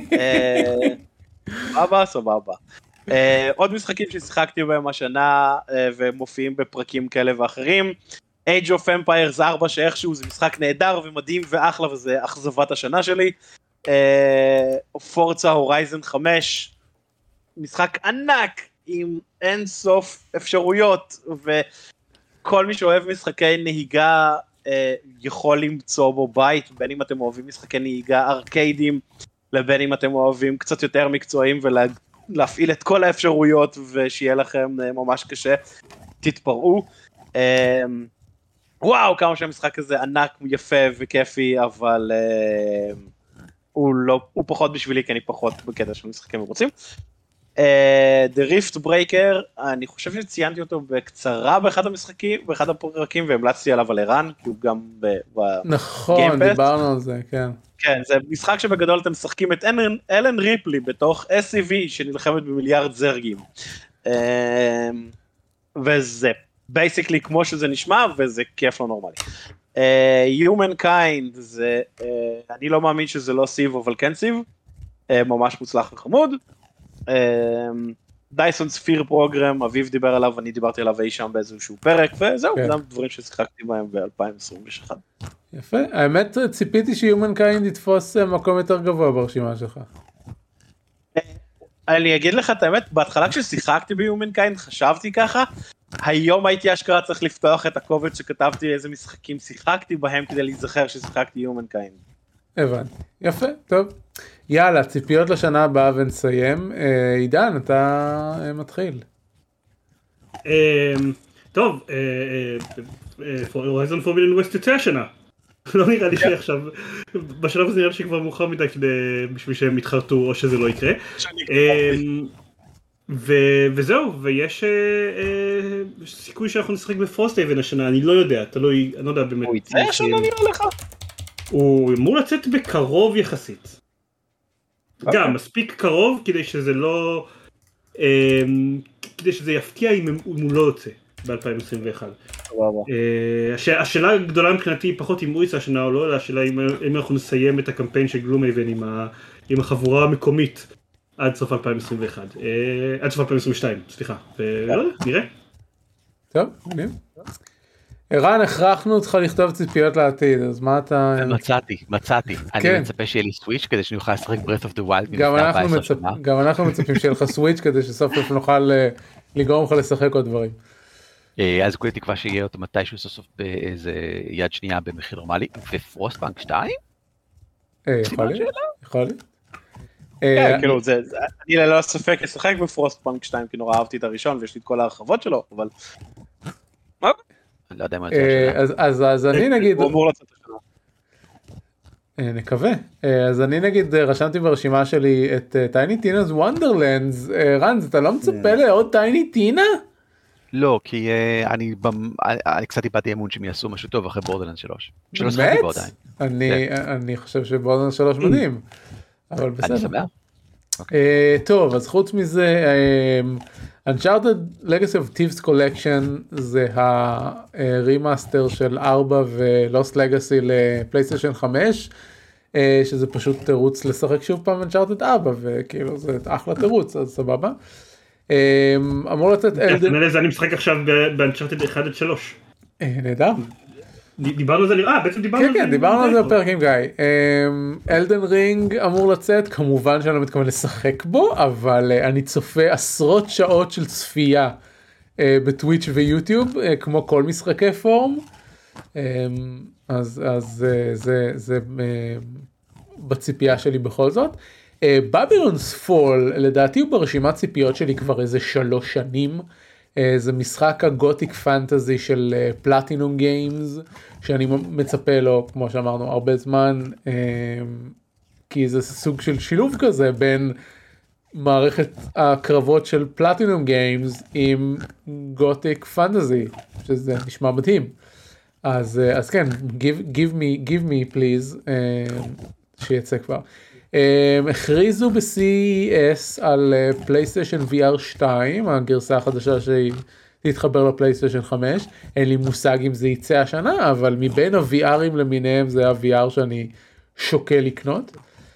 Speaker 3: סבבה. עוד משחקים ששיחקתי בהם השנה, ומופיעים בפרקים כאלה ואחרים. Age of Empires 4, שאיכשהו זה משחק נהדר ומדהים ואחלה, וזה אכזבת השנה שלי. Forza Horizon 5, משחק ענק, עם אין סוף אפשרויות, כל מי שאוהב משחקי נהיגה יכול למצוא בו בית, בין אם אתם אוהבים משחקי נהיגה ארקיידים, לבין אם אתם אוהבים קצת יותר מקצועיים להפעיל את כל האפשרויות ושיהיה לכם ממש קשה, תתפרעו. וואו, כמה שהמשחק הזה ענק, יפה וכיפי, אבל הוא פחות בשבילי, כי אני פחות בקטע של משחקים מרוצים. The Rift Breaker, אני חושב שציינתי אותו בקצרה באחד המשחקים, באחד הפרקים, והמלצתי עליו על ערן, כי הוא גם
Speaker 1: נכון, דיברנו על זה, כן.
Speaker 3: כן, זה משחק שבגדול אתם משחקים את אלן ריפלי בתוך SCV שנלחמת במיליארד זרגים. וזה בייסיקלי כמו שזה נשמע, וזה כיף לא נורמלי. Humankind, זה, אני לא מאמין שזה לא סיב, אבל כן סיב, ממש מוצלח וחמוד. דייסון ספיר פרוגרם, אביב דיבר עליו, אני דיברתי עליו אי שם באיזשהו פרק, וזהו, זה דברים ששיחקתי בהם ב-2021.
Speaker 1: יפה, האמת ציפיתי ש-Humankind יתפוס מקום יותר גבוה ברשימה שלך.
Speaker 3: אני אגיד לך את האמת, בהתחלה כששיחקתי ב-Humankind חשבתי ככה, היום הייתי אשכרה צריך לפתוח את הקובץ שכתבתי איזה משחקים שיחקתי בהם כדי להיזכר ששיחקתי Humankind.
Speaker 1: הבנתי, יפה, טוב. יאללה, ציפיות לשנה הבאה ונסיים. עידן, אתה מתחיל.
Speaker 2: טוב, Horizon Forbidden West יוצא השנה. לא נראה לי שעכשיו, בשלב הזה נראה לי שכבר מאוחר מדי בשביל שהם יתחרטו או שזה לא יקרה. וזהו, ויש סיכוי שאנחנו נשחק בפרוסטהייבן השנה, אני לא יודע, תלוי, אני לא יודע באמת.
Speaker 3: הוא יצא השנה נראה לך?
Speaker 2: הוא אמור לצאת בקרוב יחסית. גם, מספיק קרוב כדי שזה לא, כדי שזה יפתיע אם הוא לא יוצא ב-2021. השאלה הגדולה מבחינתי היא פחות אם הוא יצא השנה או לא, אלא השאלה אם אנחנו נסיים את הקמפיין של גלומהייבן עם החבורה המקומית עד סוף 2021, עד סוף 2022, סליחה, נראה.
Speaker 1: טוב, נראה. ערן, הכרחנו אותך לכתוב ציפיות לעתיד, אז מה אתה...
Speaker 4: מצאתי. אני מצפה שיהיה לי סוויץ' כדי שאני אוכל לשחק Breath of the Wild.
Speaker 1: גם אנחנו מצפים שיהיה לך סוויץ' כדי שסוף סוף נוכל לגרום לך לשחק עוד דברים.
Speaker 4: אז כולי תקווה שיהיה אותו מתישהו סוף סוף באיזה יד שנייה במחיר נורמלי. ופרוסטבנק 2?
Speaker 1: יכול להיות.
Speaker 3: כן, כאילו, אני ללא ספק אשחק בפרוסטבנק 2, כי נורא אהבתי את הראשון ויש לי את כל ההרחבות שלו, אבל...
Speaker 4: לא יודע מה יוצא השנה.
Speaker 1: אז אני נגיד...
Speaker 3: הוא אמור לצאת השנה.
Speaker 1: נקווה. אז אני נגיד רשמתי ברשימה שלי את טייני טינא's וונדרלנדס. רן, אתה לא מצפה לעוד טייני טינה?
Speaker 4: לא, כי אני קצת איבדתי אמון שהם יעשו משהו טוב אחרי בורדרלנדס 3. שלא שחקתי בו עדיין.
Speaker 1: אני חושב שבורדרלנדס 3 מדהים. אבל בסדר.
Speaker 4: אני שמח.
Speaker 1: טוב, אז חוץ מזה, Uncharted Legacy of Thieves Collection זה הרימאסטר של 4 ו-Lost Legacy לפלייסטיישן 5, שזה פשוט תירוץ לשחק שוב פעם Uncharted 4, וכאילו זה אחלה תירוץ, אז סבבה. אמור לצאת אלדן...
Speaker 2: אני משחק עכשיו ב-Uncharted 1 עד 3.
Speaker 1: נהדר.
Speaker 2: דיברנו על זה, בעצם דיברנו על זה.
Speaker 1: כן, דיברנו על זה בפרק עם גיא. אלדן רינג אמור לצאת, כמובן שאני לא מתכוון לשחק בו, אבל אני צופה עשרות שעות של צפייה בטוויץ' ויוטיוב, כמו כל משחקי פורום. אז זה בציפייה שלי בכל זאת. בבילונס פול, לדעתי הוא ברשימת ציפיות שלי כבר איזה 3 שנים. זה משחק הגותיק פנטזי של פלטינום גיימס, שאני מצפה לו, כמו שאמרנו, הרבה זמן, כי זה סוג של שילוב כזה בין מערכת הקרבות של פלטינום גיימס עם גותיק פנטזי, שזה נשמע מדהים. אז כן, give me please, שיצא כבר. הכריזו ב-CES על פלייסטיישן VR 2, הגרסה החדשה שתתחבר לפלייסטיישן 5, אין לי מושג אם זה יצא השנה, אבל מבין ה-VRים למיניהם זה ה-VR שאני שוקל לקנות.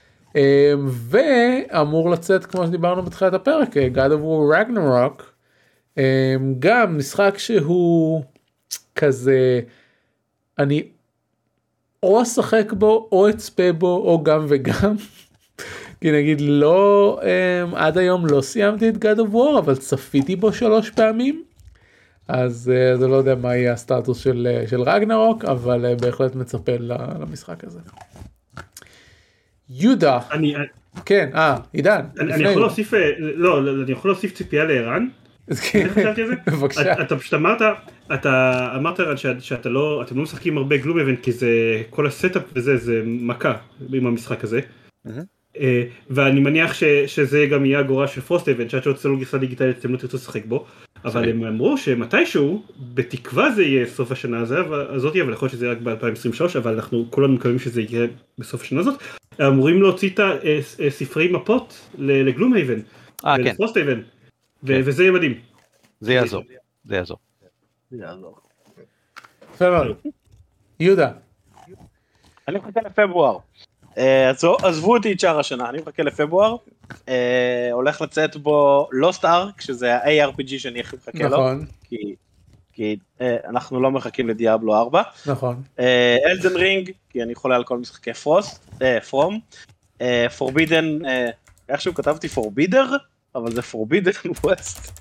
Speaker 1: ואמור לצאת, כמו שדיברנו בתחילת הפרק, God of War Ragnarok, גם משחק שהוא כזה, אני או אשחק בו, או אצפה בו, או גם וגם. כי נגיד לא, עד היום לא סיימתי את God of War, אבל צפיתי בו 3 פעמים. אז אני לא יודע מה יהיה הסטטוס של רגנרוק, אבל בהחלט מצפה למשחק הזה. יהודה. כן, עידן.
Speaker 2: אני יכול להוסיף, לא, אני יכול להוסיף ציפייה לערן.
Speaker 1: בבקשה.
Speaker 2: אתה פשוט אמרת ערן שאתם לא משחקים הרבה גלום איבנט, כי זה כל הסטאפ וזה, זה מכה עם המשחק הזה. ואני מניח שזה גם יהיה הגורל של פרוסט איבנט, שעד שעוד צלו גרסה דיגיטלית אתם לא תרצו לשחק בו. אבל הם אמרו שמתישהו, בתקווה זה יהיה סוף השנה הזאת, אבל יכול להיות שזה רק ב-2023, אבל אנחנו כולנו מקווים שזה יקרה בסוף השנה הזאת. אמורים להוציא את ספרי מפות לגלום הייבן, לפרוסט הייבן, וזה יהיה מדהים.
Speaker 4: זה יעזור, זה יעזור.
Speaker 1: יהודה.
Speaker 3: אני מחכה לפברואר. עזבו אותי את שאר השנה, אני מחכה לפברואר. הולך לצאת בו לוסט ארק, שזה ה-ARPG שאני הכי מחכה לו.
Speaker 1: נכון.
Speaker 3: כי אנחנו לא מחכים לדיאבלו 4.
Speaker 1: נכון.
Speaker 3: אלדן רינג, כי אני חולה על כל משחקי פרום. פורבידן, איכשהו כתבתי פורבידר, אבל זה פורבידן ווסט.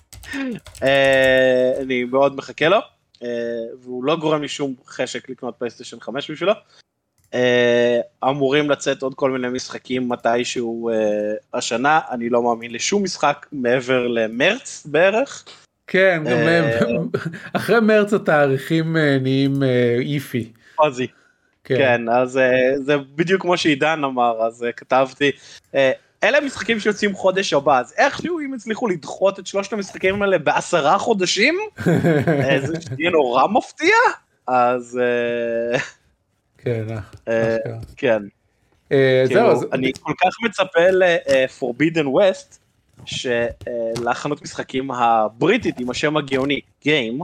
Speaker 3: אני מאוד מחכה לו, והוא לא גורם לי שום חשק לקנות פלייסטיישן 5 בשבילו. אמורים לצאת עוד כל מיני משחקים מתישהו השנה, אני לא מאמין לשום משחק מעבר למרץ בערך.
Speaker 1: כן, גם אחרי מרץ התאריכים נהיים איפי.
Speaker 3: עוזי. כן, אז זה בדיוק כמו שעידן אמר, אז כתבתי, אלה המשחקים שיוצאים חודש הבא, אז איכשהו אם הצליחו לדחות את שלושת המשחקים האלה ב10 חודשים, זה שתהיה נורא מפתיע, אז כן.
Speaker 1: כן.
Speaker 3: אני כל כך מצפה ל-Forbidden West, שלהכנות משחקים הבריטית עם השם הגאוני, Game,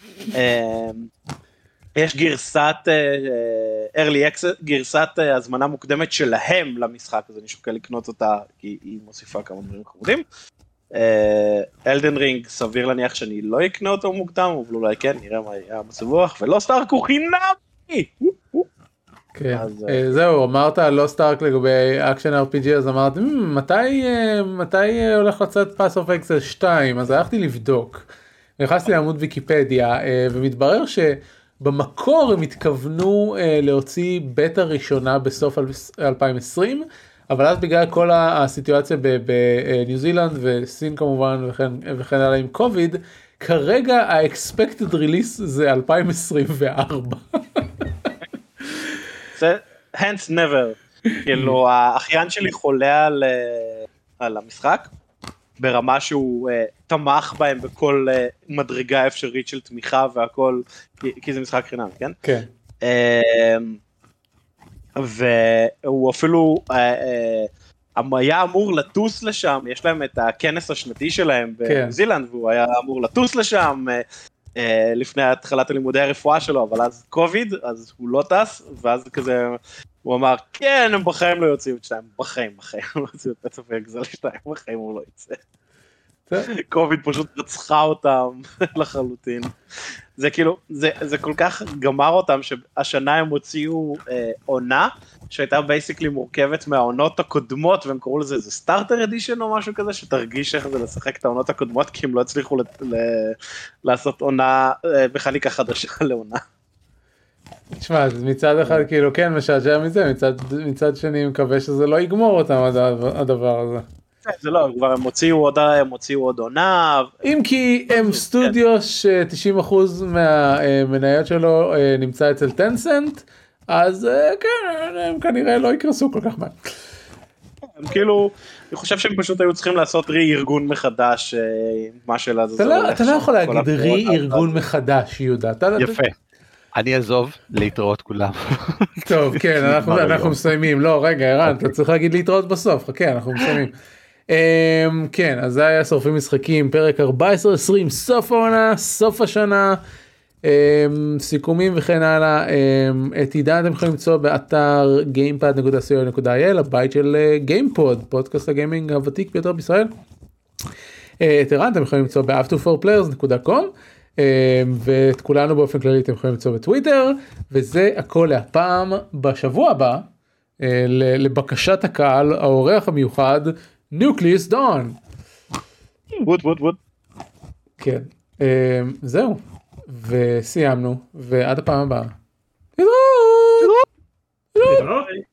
Speaker 3: יש גרסת early access, גרסת הזמנה מוקדמת שלהם למשחק, אז אני שוקל לקנות אותה, כי היא מוסיפה כמה דברים חמודים. אלדן רינג, סביר להניח שאני לא אקנה אותו מוקדם, אבל אולי כן, נראה מה יהיה בסבוח, ולא סטארק הוא חינמי!
Speaker 1: כן, זהו, אמרת לא סטארק לגבי אקשן RPG, אז אמרתי, מתי הולך לצאת פאס אוף אקסל 2? אז הלכתי לבדוק, נכנסתי לעמוד ויקיפדיה, ומתברר שבמקור הם התכוונו להוציא בטא ראשונה בסוף 2020, אבל אז בגלל כל הסיטואציה בניו זילנד וסין כמובן וכן הלאה עם קוביד, כרגע ה-expected release זה 2024.
Speaker 3: זה hence never, כאילו האחיין שלי חולה על המשחק, ברמה שהוא תמך בהם בכל מדרגה אפשרית של תמיכה והכל, כי זה משחק חינם, כן?
Speaker 1: כן.
Speaker 3: והוא אפילו היה אמור לטוס לשם, יש להם את הכנס השנתי שלהם בניו זילנד, והוא היה אמור לטוס לשם לפני התחלת הלימודי הרפואה שלו, אבל אז קוביד, אז הוא לא טס, ואז כזה הוא אמר, כן, הם בחיים לא יוצאים את שתיים, בחיים לא יוצאים את פצע ואקזל 2, בחיים הוא לא יצא. קוביד פשוט רצחה אותם לחלוטין. זה כאילו, זה כל כך גמר אותם שהשנה הם הוציאו עונה שהייתה בייסיקלי מורכבת מהעונות הקודמות, והם קראו לזה איזה סטארטר אדישן או משהו כזה, שתרגיש איך זה לשחק את העונות הקודמות, כי הם לא הצליחו לעשות עונה, מכניקה חדשה לעונה.
Speaker 1: תשמע, מצד אחד כאילו כן משעשע מזה, מצד שני מקווה שזה לא יגמור אותם הדבר הזה.
Speaker 3: זה לא, כבר הם הוציאו עוד עונה.
Speaker 1: אם כי הם סטודיו ש90% מהמניות שלו נמצא אצל טנסנט, אז כן, הם כנראה לא יקרסו כל כך מהר.
Speaker 3: כאילו, אני חושב שהם פשוט היו צריכים לעשות רי-ארגון מחדש, מה שלה זה.
Speaker 1: אתה לא יכול להגיד רי-ארגון מחדש, יהודה.
Speaker 4: יפה. אני אעזוב להתראות כולם.
Speaker 1: טוב, כן, אנחנו מסיימים. לא, רגע, ערן, אתה צריך להגיד להתראות בסוף. חכה, אנחנו מסיימים. כן, אז זה היה שורפים משחקים, פרק 14-20, סוף העונה, סוף השנה, סיכומים וכן הלאה. את עידן אתם יכולים למצוא באתר gamepad.co.il, הבית של גיימפוד, פודקאסט הגיימינג הוותיק ביותר בישראל. את ערן אתם יכולים למצוא ב-up2forplayers.com, ואת כולנו באופן כללי אתם יכולים למצוא בטוויטר, וזה הכל להפעם. בשבוע הבא, לבקשת הקהל, האורח המיוחד, ניוקליוס דון.
Speaker 3: ווד.
Speaker 1: כן, זהו, וסיימנו, ועד הפעם הבאה.